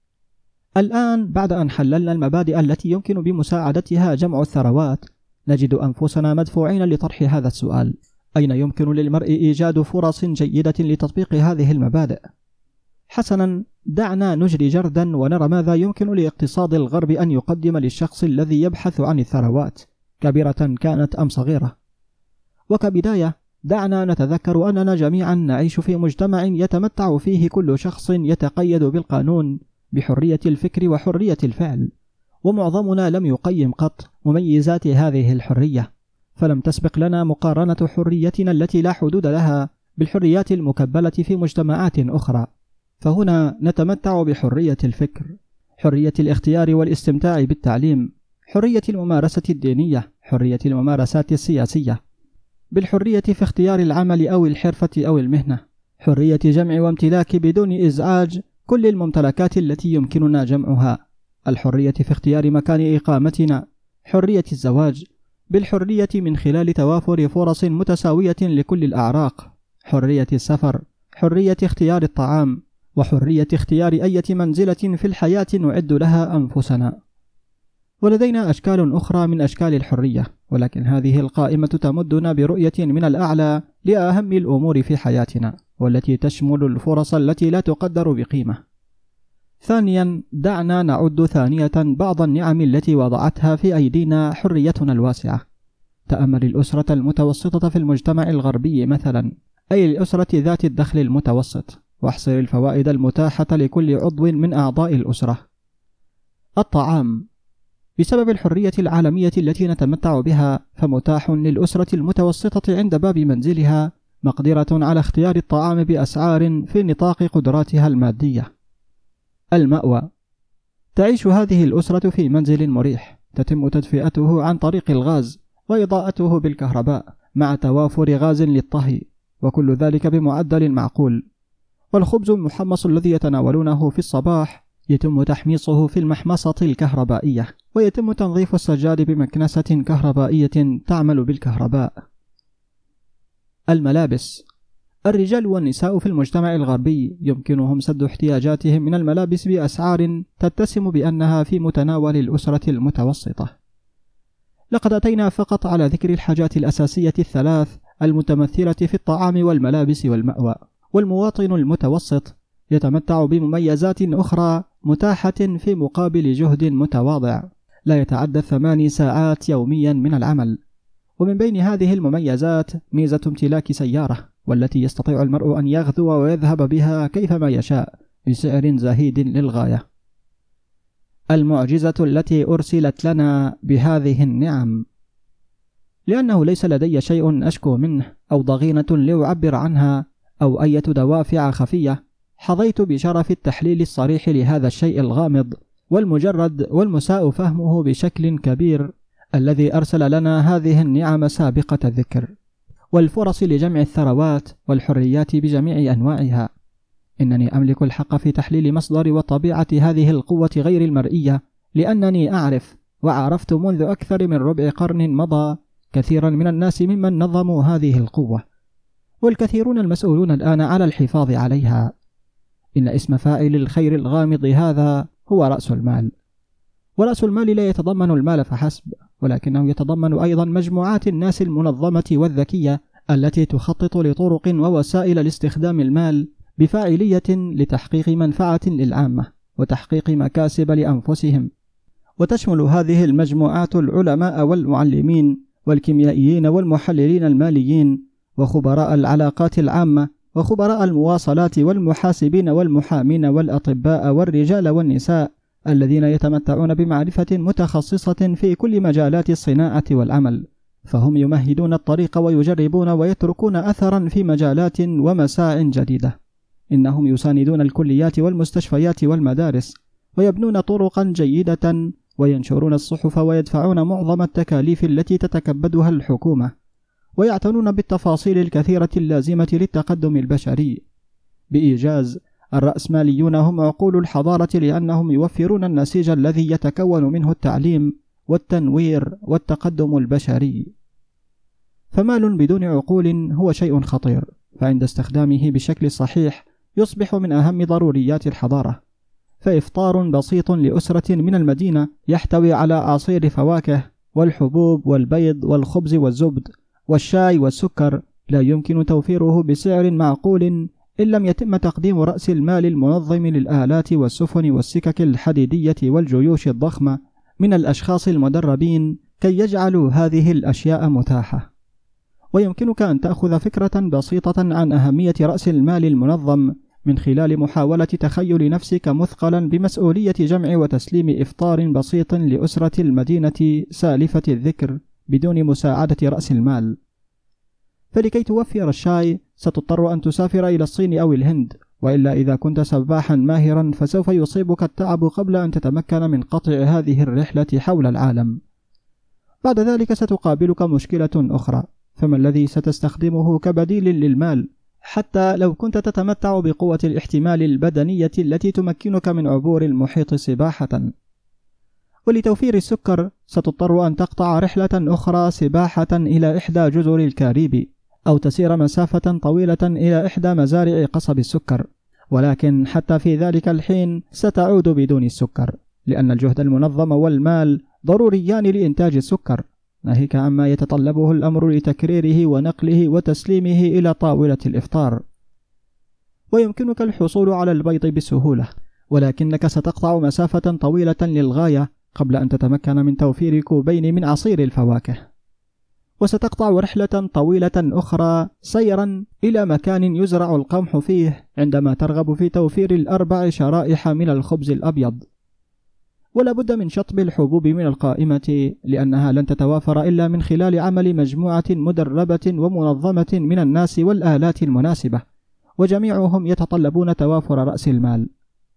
Speaker 1: الآن بعد أن حللنا المبادئ التي يمكن بمساعدتها جمع الثروات، نجد أنفسنا مدفوعين لطرح هذا السؤال: أين يمكن للمرء إيجاد فرص جيدة لتطبيق هذه المبادئ؟ حسنا، دعنا نجري جردا ونرى ماذا يمكن لاقتصاد الغرب أن يقدم للشخص الذي يبحث عن الثروات، كبيرة كانت أم صغيرة. وكبداية دعنا نتذكر أننا جميعا نعيش في مجتمع يتمتع فيه كل شخص يتقيد بالقانون بحرية الفكر وحرية الفعل، ومعظمنا لم يقيم قط مميزات هذه الحرية، فلم تسبق لنا مقارنة حريتنا التي لا حدود لها بالحريات المكبلة في مجتمعات أخرى. فهنا نتمتع بحرية الفكر، حرية الاختيار والاستمتاع بالتعليم، حرية الممارسة الدينية، حرية الممارسات السياسية، بالحرية في اختيار العمل أو الحرفة أو المهنة، حرية جمع وامتلاك بدون إزعاج كل الممتلكات التي يمكننا جمعها، الحرية في اختيار مكان إقامتنا، حرية الزواج، بالحرية من خلال توافر فرص متساوية لكل الأعراق، حرية السفر، حرية اختيار الطعام، وحرية اختيار أي منزلة في الحياة نعد لها أنفسنا. ولدينا أشكال أخرى من أشكال الحرية، ولكن هذه القائمة تمدنا برؤية من الأعلى لأهم الأمور في حياتنا، والتي تشمل الفرص التي لا تقدر بقيمة. ثانيا، دعنا نعد ثانية بعض النعم التي وضعتها في أيدينا حريتنا الواسعة. تأمل الأسرة المتوسطة في المجتمع الغربي مثلا، أي الأسرة ذات الدخل المتوسط، واحصر الفوائد المتاحة لكل عضو من أعضاء الأسرة. الطعام. بسبب الحرية العالمية التي نتمتع بها، فمتاح للأسرة المتوسطة عند باب منزلها مقدرة على اختيار الطعام بأسعار في نطاق قدراتها المادية. المأوى. تعيش هذه الأسرة في منزل مريح، تتم تدفئته عن طريق الغاز وإضاءته بالكهرباء مع توافر غاز للطهي، وكل ذلك بمعدل معقول. والخبز المحمص الذي يتناولونه في الصباح يتم تحميصه في المحمصة الكهربائية، ويتم تنظيف السجاد بمكنسة كهربائية تعمل بالكهرباء. الملابس. الرجال والنساء في المجتمع الغربي يمكنهم سد احتياجاتهم من الملابس بأسعار تتسم بأنها في متناول الأسرة المتوسطة. لقد أتينا فقط على ذكر الحاجات الأساسية الثلاث المتمثلة في الطعام والملابس والمأوى، والمواطن المتوسط يتمتع بمميزات أخرى متاحة في مقابل جهد متواضع لا يتعدى ثماني ساعات يوميا من العمل. ومن بين هذه المميزات ميزة امتلاك سيارة، والتي يستطيع المرء أن يغدو ويذهب بها كيفما يشاء بسعر زهيد للغاية. المعجزة التي أرسلت لنا بهذه النعم. لأنه ليس لدي شيء أشكو منه أو ضغينة لأعبر عنها أو أي دوافع خفية، حظيت بشرف التحليل الصريح لهذا الشيء الغامض والمجرد والمساء فهمه بشكل كبير، الذي أرسل لنا هذه النعم سابقة الذكر، والفرص لجمع الثروات والحريات بجميع أنواعها. إنني أملك الحق في تحليل مصدر وطبيعة هذه القوة غير المرئية، لأنني أعرف وعرفت منذ أكثر من ربع قرن مضى كثيرا من الناس ممن نظموا هذه القوة، والكثيرون المسؤولون الآن على الحفاظ عليها. إن اسم فاعل الخير الغامض هذا هو رأس المال. ورأس المال لا يتضمن المال فحسب، ولكنه يتضمن أيضا مجموعات الناس المنظمة والذكية التي تخطط لطرق ووسائل لاستخدام المال بفاعلية لتحقيق منفعة للعامة وتحقيق مكاسب لأنفسهم. وتشمل هذه المجموعات العلماء والمعلمين والكيميائيين والمحللين الماليين وخبراء العلاقات العامة وخبراء المواصلات والمحاسبين والمحامين والأطباء والرجال والنساء الذين يتمتعون بمعرفة متخصصة في كل مجالات الصناعة والعمل، فهم يمهدون الطريق ويجربون ويتركون أثرا في مجالات ومساع جديدة. إنهم يساندون الكليات والمستشفيات والمدارس، ويبنون طرقا جيدة، وينشرون الصحف، ويدفعون معظم التكاليف التي تتكبدها الحكومة، ويعتنون بالتفاصيل الكثيرة اللازمة للتقدم البشري. بإيجاز، الرأسماليون هم عقول الحضارة، لأنهم يوفرون النسيج الذي يتكون منه التعليم والتنوير والتقدم البشري. فمال بدون عقول هو شيء خطير، فعند استخدامه بشكل صحيح يصبح من أهم ضروريات الحضارة. فإفطار بسيط لأسرة من المدينة يحتوي على عصير فواكه والحبوب والبيض والخبز والزبد والشاي والسكر لا يمكن توفيره بسعر معقول إن لم يتم تقديم رأس المال المنظم للآلات والسفن والسكك الحديدية والجيوش الضخمة من الأشخاص المدربين كي يجعلوا هذه الأشياء متاحة. ويمكنك أن تأخذ فكرة بسيطة عن أهمية رأس المال المنظم من خلال محاولة تخيل نفسك مثقلا بمسؤولية جمع وتسليم إفطار بسيط لأسرة المدينة سالفة الذكر بدون مساعدة رأس المال. فلكي توفر الشاي ستضطر أن تسافر إلى الصين أو الهند، وإلا إذا كنت سباحا ماهرا فسوف يصيبك التعب قبل أن تتمكن من قطع هذه الرحلة حول العالم. بعد ذلك ستقابلك مشكلة أخرى، فما الذي ستستخدمه كبديل للمال حتى لو كنت تتمتع بقوة الاحتمال البدنية التي تمكنك من عبور المحيط سباحة؟ ولتوفير السكر ستضطر أن تقطع رحلة أخرى سباحة إلى إحدى جزر الكاريبي، أو تسير مسافة طويلة إلى إحدى مزارع قصب السكر، ولكن حتى في ذلك الحين ستعود بدون السكر، لأن الجهد المنظم والمال ضروريان لإنتاج السكر، ناهيك عما يتطلبه الأمر لتكريره ونقله وتسليمه إلى طاولة الإفطار. ويمكنك الحصول على البيض بسهولة، ولكنك ستقطع مسافة طويلة للغاية قبل أن تتمكن من توفير كوبين من عصير الفواكه، وستقطع رحلة طويلة أخرى سيرا إلى مكان يزرع القمح فيه عندما ترغب في توفير الأربع شرائح من الخبز الأبيض. ولا بد من شطب الحبوب من القائمة، لأنها لن تتوافر إلا من خلال عمل مجموعة مدربة ومنظمة من الناس والآلات المناسبة، وجميعهم يتطلبون توافر رأس المال.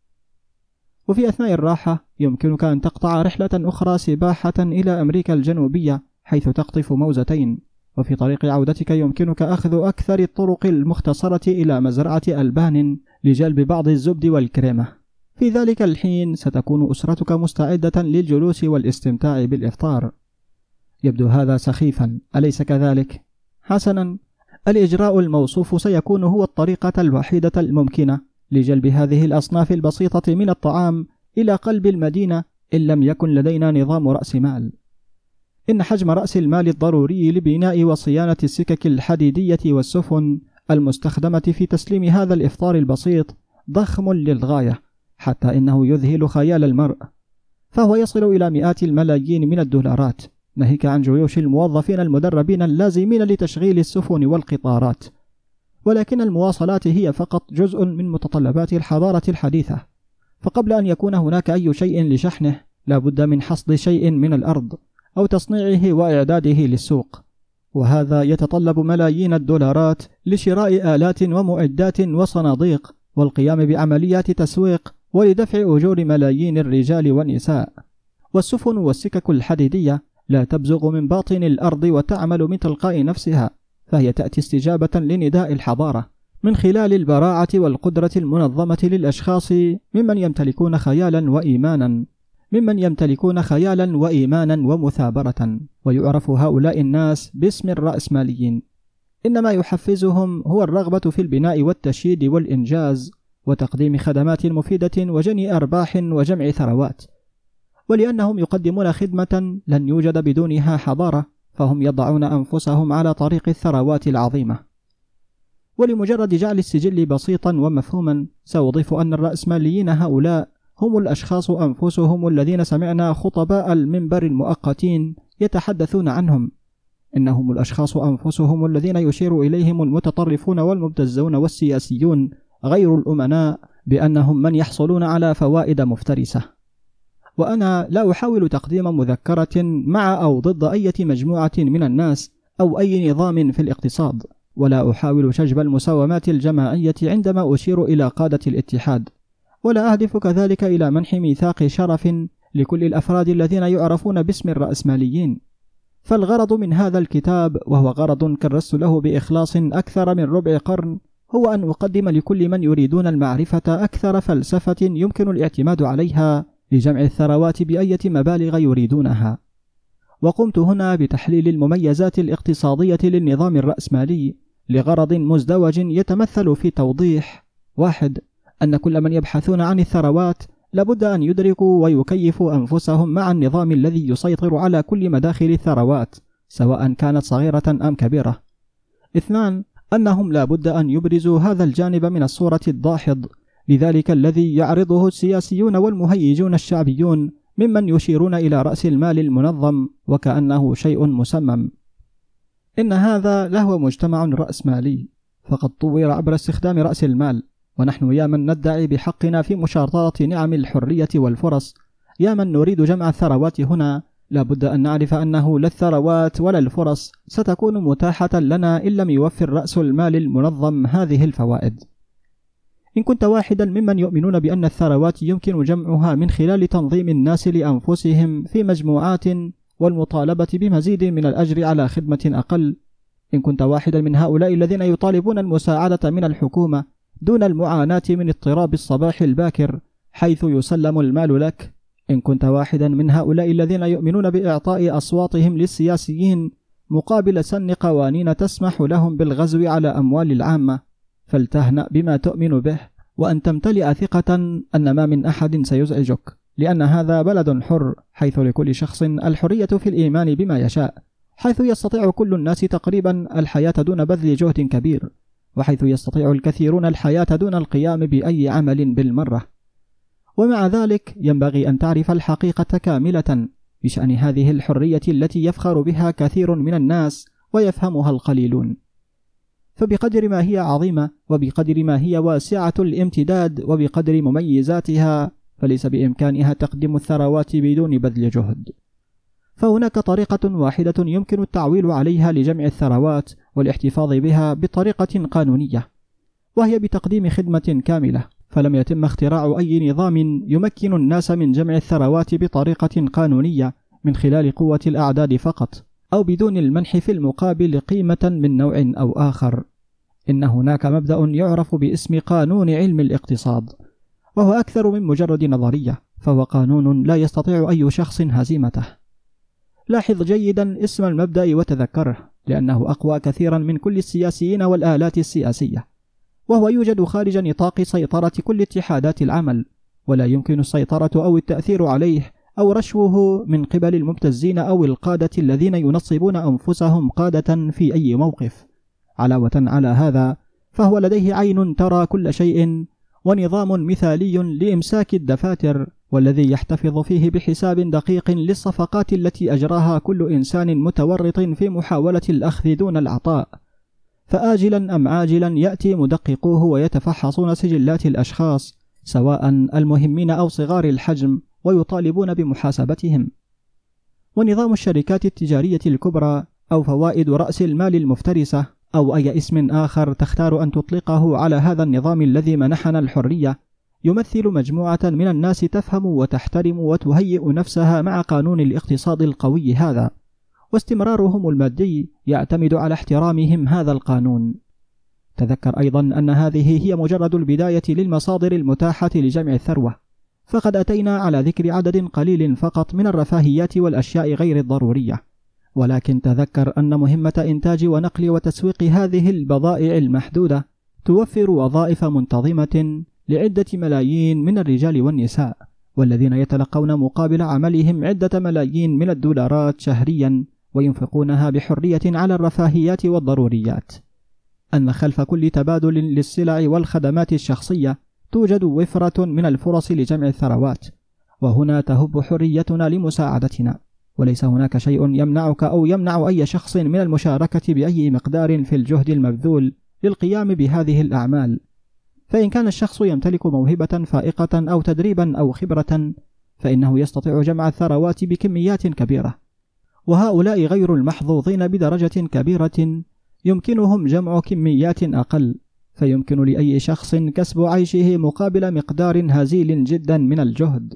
Speaker 1: وفي أثناء الراحة يمكنك أن تقطع رحلة أخرى سباحة إلى أمريكا الجنوبية حيث تقطف موزتين، وفي طريق عودتك يمكنك أخذ أكثر الطرق المختصرة إلى مزرعة ألبان لجلب بعض الزبد والكريمة. في ذلك الحين ستكون أسرتك مستعدة للجلوس والاستمتاع بالإفطار. يبدو هذا سخيفا، أليس كذلك؟ حسنا، الإجراء الموصوف سيكون هو الطريقة الوحيدة الممكنة لجلب هذه الأصناف البسيطة من الطعام إلى قلب المدينة إن لم يكن لدينا نظام رأس مال. إن حجم رأس المال الضروري لبناء وصيانة السكك الحديدية والسفن المستخدمة في تسليم هذا الإفطار البسيط ضخم للغاية، حتى إنه يذهل خيال المرء، فهو يصل إلى مئات الملايين من الدولارات، ناهيك عن جيوش الموظفين المدربين اللازمين لتشغيل السفن والقطارات. ولكن المواصلات هي فقط جزء من متطلبات الحضارة الحديثة، فقبل أن يكون هناك أي شيء لشحنه لا بد من حصد شيء من الأرض أو تصنيعه وإعداده للسوق، وهذا يتطلب ملايين الدولارات لشراء آلات ومعدات وصناديق والقيام بعمليات تسويق ولدفع أجور ملايين الرجال والنساء. والسفن والسكك الحديدية لا تبزغ من باطن الأرض وتعمل من تلقاء نفسها، فهي تأتي استجابة لنداء الحضارة من خلال البراعة والقدرة المنظمة للأشخاص ممن يمتلكون خيالا وإيمانا ممن يمتلكون خيالا وإيمانا ومثابرة، ويعرف هؤلاء الناس باسم الرأسماليين. إنما يحفزهم هو الرغبة في البناء والتشييد والإنجاز وتقديم خدمات مفيدة وجني أرباح وجمع ثروات، ولأنهم يقدمون خدمة لن يوجد بدونها حضارة، فهم يضعون أنفسهم على طريق الثروات العظيمة. ولمجرد جعل السجل بسيطا ومفهوما، سأضيف أن الرأسماليين هؤلاء هم الأشخاص أنفسهم الذين سمعنا خطباء المنبر المؤقتين يتحدثون عنهم. إنهم الأشخاص أنفسهم الذين يشير إليهم المتطرفون والمبتزون والسياسيون غير الأمناء بأنهم من يحصلون على فوائد مفترسة. وأنا لا أحاول تقديم مذكرة مع أو ضد أي مجموعة من الناس أو أي نظام في الاقتصاد، ولا أحاول شجب المساومات الجماعية عندما أشير إلى قادة الاتحاد، ولا أهدف كذلك إلى منح ميثاق شرف لكل الأفراد الذين يعرفون باسم الرأسماليين. فالغرض من هذا الكتاب، وهو غرض كرست له بإخلاص أكثر من ربع قرن، هو أن أقدم لكل من يريدون المعرفة أكثر فلسفة يمكن الاعتماد عليها لجمع الثروات بأية مبالغ يريدونها. وقمت هنا بتحليل المميزات الاقتصادية للنظام الرأسمالي لغرض مزدوج يتمثل في توضيح: واحد، أن كل من يبحثون عن الثروات لابد أن يدركوا ويكيفوا أنفسهم مع النظام الذي يسيطر على كل مداخل الثروات سواء كانت صغيرة أم كبيرة. اثنان، أنهم لابد أن يبرزوا هذا الجانب من الصورة الداحض لذلك الذي يعرضه السياسيون والمهيجون الشعبيون ممن يشيرون إلى رأس المال المنظم وكأنه شيء مسمم. إن هذا لهو مجتمع رأسمالي فقد طور عبر استخدام رأس المال، ونحن يا من ندعي بحقنا في مشارطة نعم الحرية والفرص، يا من نريد جمع الثروات هنا، لابد أن نعرف أنه لا الثروات ولا الفرص ستكون متاحة لنا إن لم يوفر رأس المال المنظم هذه الفوائد. إن كنت واحدا ممن يؤمنون بأن الثروات يمكن جمعها من خلال تنظيم الناس لأنفسهم في مجموعات والمطالبة بمزيد من الأجر على خدمة أقل، إن كنت واحدا من هؤلاء الذين يطالبون المساعدة من الحكومة دون المعاناة من اضطراب الصباح الباكر حيث يسلم المال لك، إن كنت واحدا من هؤلاء الذين يؤمنون بإعطاء أصواتهم للسياسيين مقابل سن قوانين تسمح لهم بالغزو على أموال العامة، فلتهنأ بما تؤمن به، وأن تمتلئ ثقة أن ما من أحد سيزعجك، لأن هذا بلد حر حيث لكل شخص الحرية في الإيمان بما يشاء، حيث يستطيع كل الناس تقريبا الحياة دون بذل جهد كبير، وحيث يستطيع الكثيرون الحياة دون القيام بأي عمل بالمرة. ومع ذلك ينبغي أن تعرف الحقيقة كاملة بشأن هذه الحرية التي يفخر بها كثير من الناس ويفهمها القليلون. فبقدر ما هي عظيمة وبقدر ما هي واسعة الامتداد وبقدر مميزاتها، فليس بإمكانها تقديم الثروات بدون بذل جهد. فهناك طريقة واحدة يمكن التعويل عليها لجمع الثروات والاحتفاظ بها بطريقة قانونية، وهي بتقديم خدمة كاملة. فلم يتم اختراع أي نظام يمكن الناس من جمع الثروات بطريقة قانونية من خلال قوة الأعداد فقط، أو بدون المنح في المقابل قيمة من نوع أو آخر. إن هناك مبدأ يعرف باسم قانون علم الاقتصاد، وهو أكثر من مجرد نظرية، فهو قانون لا يستطيع أي شخص هزيمته. لاحظ جيدا اسم المبدأ وتذكره، لأنه أقوى كثيرا من كل السياسيين والآلات السياسية، وهو يوجد خارج نطاق سيطرة كل اتحادات العمل، ولا يمكن السيطرة أو التأثير عليه أو رشوه من قبل المبتزين أو القادة الذين ينصبون أنفسهم قادة في أي موقف. علاوة على هذا، فهو لديه عين ترى كل شيء، ونظام مثالي لإمساك الدفاتر، والذي يحتفظ فيه بحساب دقيق للصفقات التي أجراها كل إنسان متورط في محاولة الأخذ دون العطاء. فآجلا أم عاجلا يأتي مدققوه ويتفحصون سجلات الأشخاص، سواء المهمين أو صغار الحجم، ويطالبون بمحاسبتهم. ونظام الشركات التجارية الكبرى، أو فوائد رأس المال المفترسة، أو أي اسم آخر تختار أن تطلقه على هذا النظام الذي منحنا الحرية، يمثل مجموعة من الناس تفهم وتحترم وتهيئ نفسها مع قانون الاقتصاد القوي هذا، واستمرارهم المادي يعتمد على احترامهم هذا القانون. تذكر أيضا أن هذه هي مجرد البداية للمصادر المتاحة لجمع الثروة، فقد أتينا على ذكر عدد قليل فقط من الرفاهيات والأشياء غير الضرورية. ولكن تذكر أن مهمة إنتاج ونقل وتسويق هذه البضائع المحدودة توفر وظائف منتظمة لعدة ملايين من الرجال والنساء، والذين يتلقون مقابل عملهم عدة ملايين من الدولارات شهريا، وينفقونها بحرية على الرفاهيات والضروريات. أن خلف كل تبادل للسلع والخدمات الشخصية توجد وفرة من الفرص لجمع الثروات، وهنا تهب حريتنا لمساعدتنا، وليس هناك شيء يمنعك أو يمنع أي شخص من المشاركة بأي مقدار في الجهد المبذول للقيام بهذه الأعمال. فإن كان الشخص يمتلك موهبة فائقة أو تدريبا أو خبرة، فإنه يستطيع جمع الثروات بكميات كبيرة. وهؤلاء غير المحظوظين بدرجة كبيرة يمكنهم جمع كميات أقل، فيمكن لأي شخص كسب عيشه مقابل مقدار هزيل جدا من الجهد.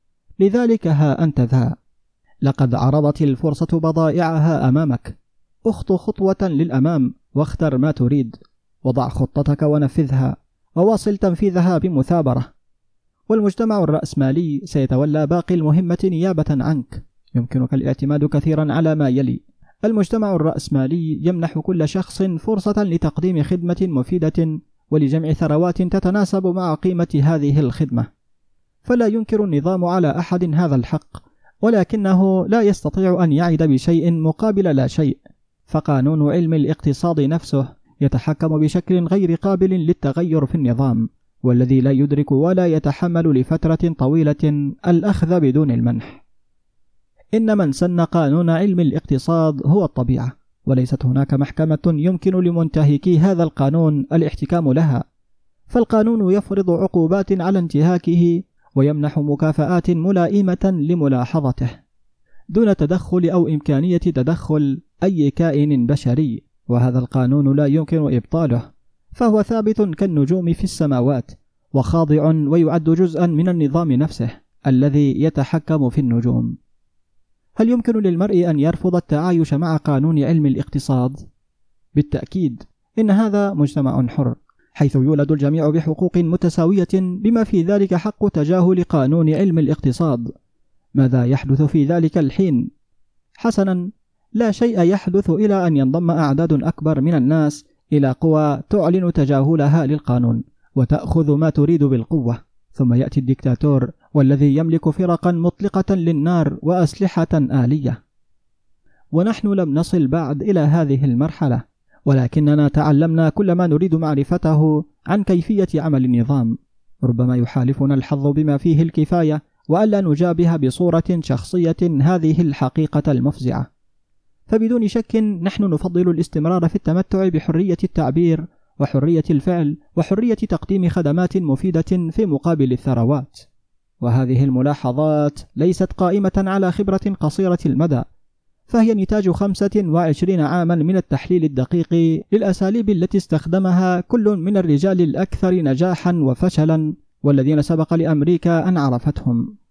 Speaker 1: لذلك ها أنت ذا، لقد عرضت الفرصة بضائعها أمامك. اخطو خطوة للأمام واختر ما تريد، وضع خطتك ونفذها، وواصل تنفيذها بمثابرة. والمجتمع الرأسمالي سيتولى باقي المهمة نيابة عنك. يمكنك الاعتماد كثيرا على ما يلي. المجتمع الرأسمالي يمنح كل شخص فرصة لتقديم خدمة مفيدة ولجمع ثروات تتناسب مع قيمة هذه الخدمة، فلا ينكر النظام على أحد هذا الحق، ولكنه لا يستطيع أن يعد بشيء مقابل لا شيء. فقانون علم الاقتصاد نفسه يتحكم بشكل غير قابل للتغير في النظام، والذي لا يدرك ولا يتحمل لفترة طويلة الأخذ بدون المنح. إن من سن قانون علم الاقتصاد هو الطبيعة، وليست هناك محكمة يمكن لمنتهكي هذا القانون الاحتكام لها، فالقانون يفرض عقوبات على انتهاكه ويمنح مكافآت ملائمة لملاحظته، دون تدخل أو إمكانية تدخل أي كائن بشري. وهذا القانون لا يمكن إبطاله، فهو ثابت كالنجوم في السماوات، وخاضع ويعد جزءا من النظام نفسه الذي يتحكم في النجوم. هل يمكن للمرء أن يرفض التعايش مع قانون علم الاقتصاد؟ بالتأكيد، إن هذا مجتمع حر، حيث يولد الجميع بحقوق متساوية، بما في ذلك حق تجاهل قانون علم الاقتصاد. ماذا يحدث في ذلك الحين؟ حسنا، لا شيء يحدث إلى أن ينضم أعداد أكبر من الناس إلى قوى تعلن تجاهلها للقانون وتأخذ ما تريد بالقوة، ثم يأتي الدكتاتور والذي يملك فرقا مطلقة للنار وأسلحة آلية. ونحن لم نصل بعد إلى هذه المرحلة، ولكننا تعلمنا كل ما نريد معرفته عن كيفية عمل النظام. ربما يحالفنا الحظ بما فيه الكفاية وألا نجابه بصورة شخصية هذه الحقيقة المفزعة. فبدون شك نحن نفضل الاستمرار في التمتع بحرية التعبير وحرية الفعل وحرية تقديم خدمات مفيدة في مقابل الثروات. وهذه الملاحظات ليست قائمة على خبرة قصيرة المدى، فهي نتاج خمسة وعشرين عاما من التحليل الدقيق للأساليب التي استخدمها كل من الرجال الأكثر نجاحا وفشلا والذين سبق لأمريكا أن عرفتهم.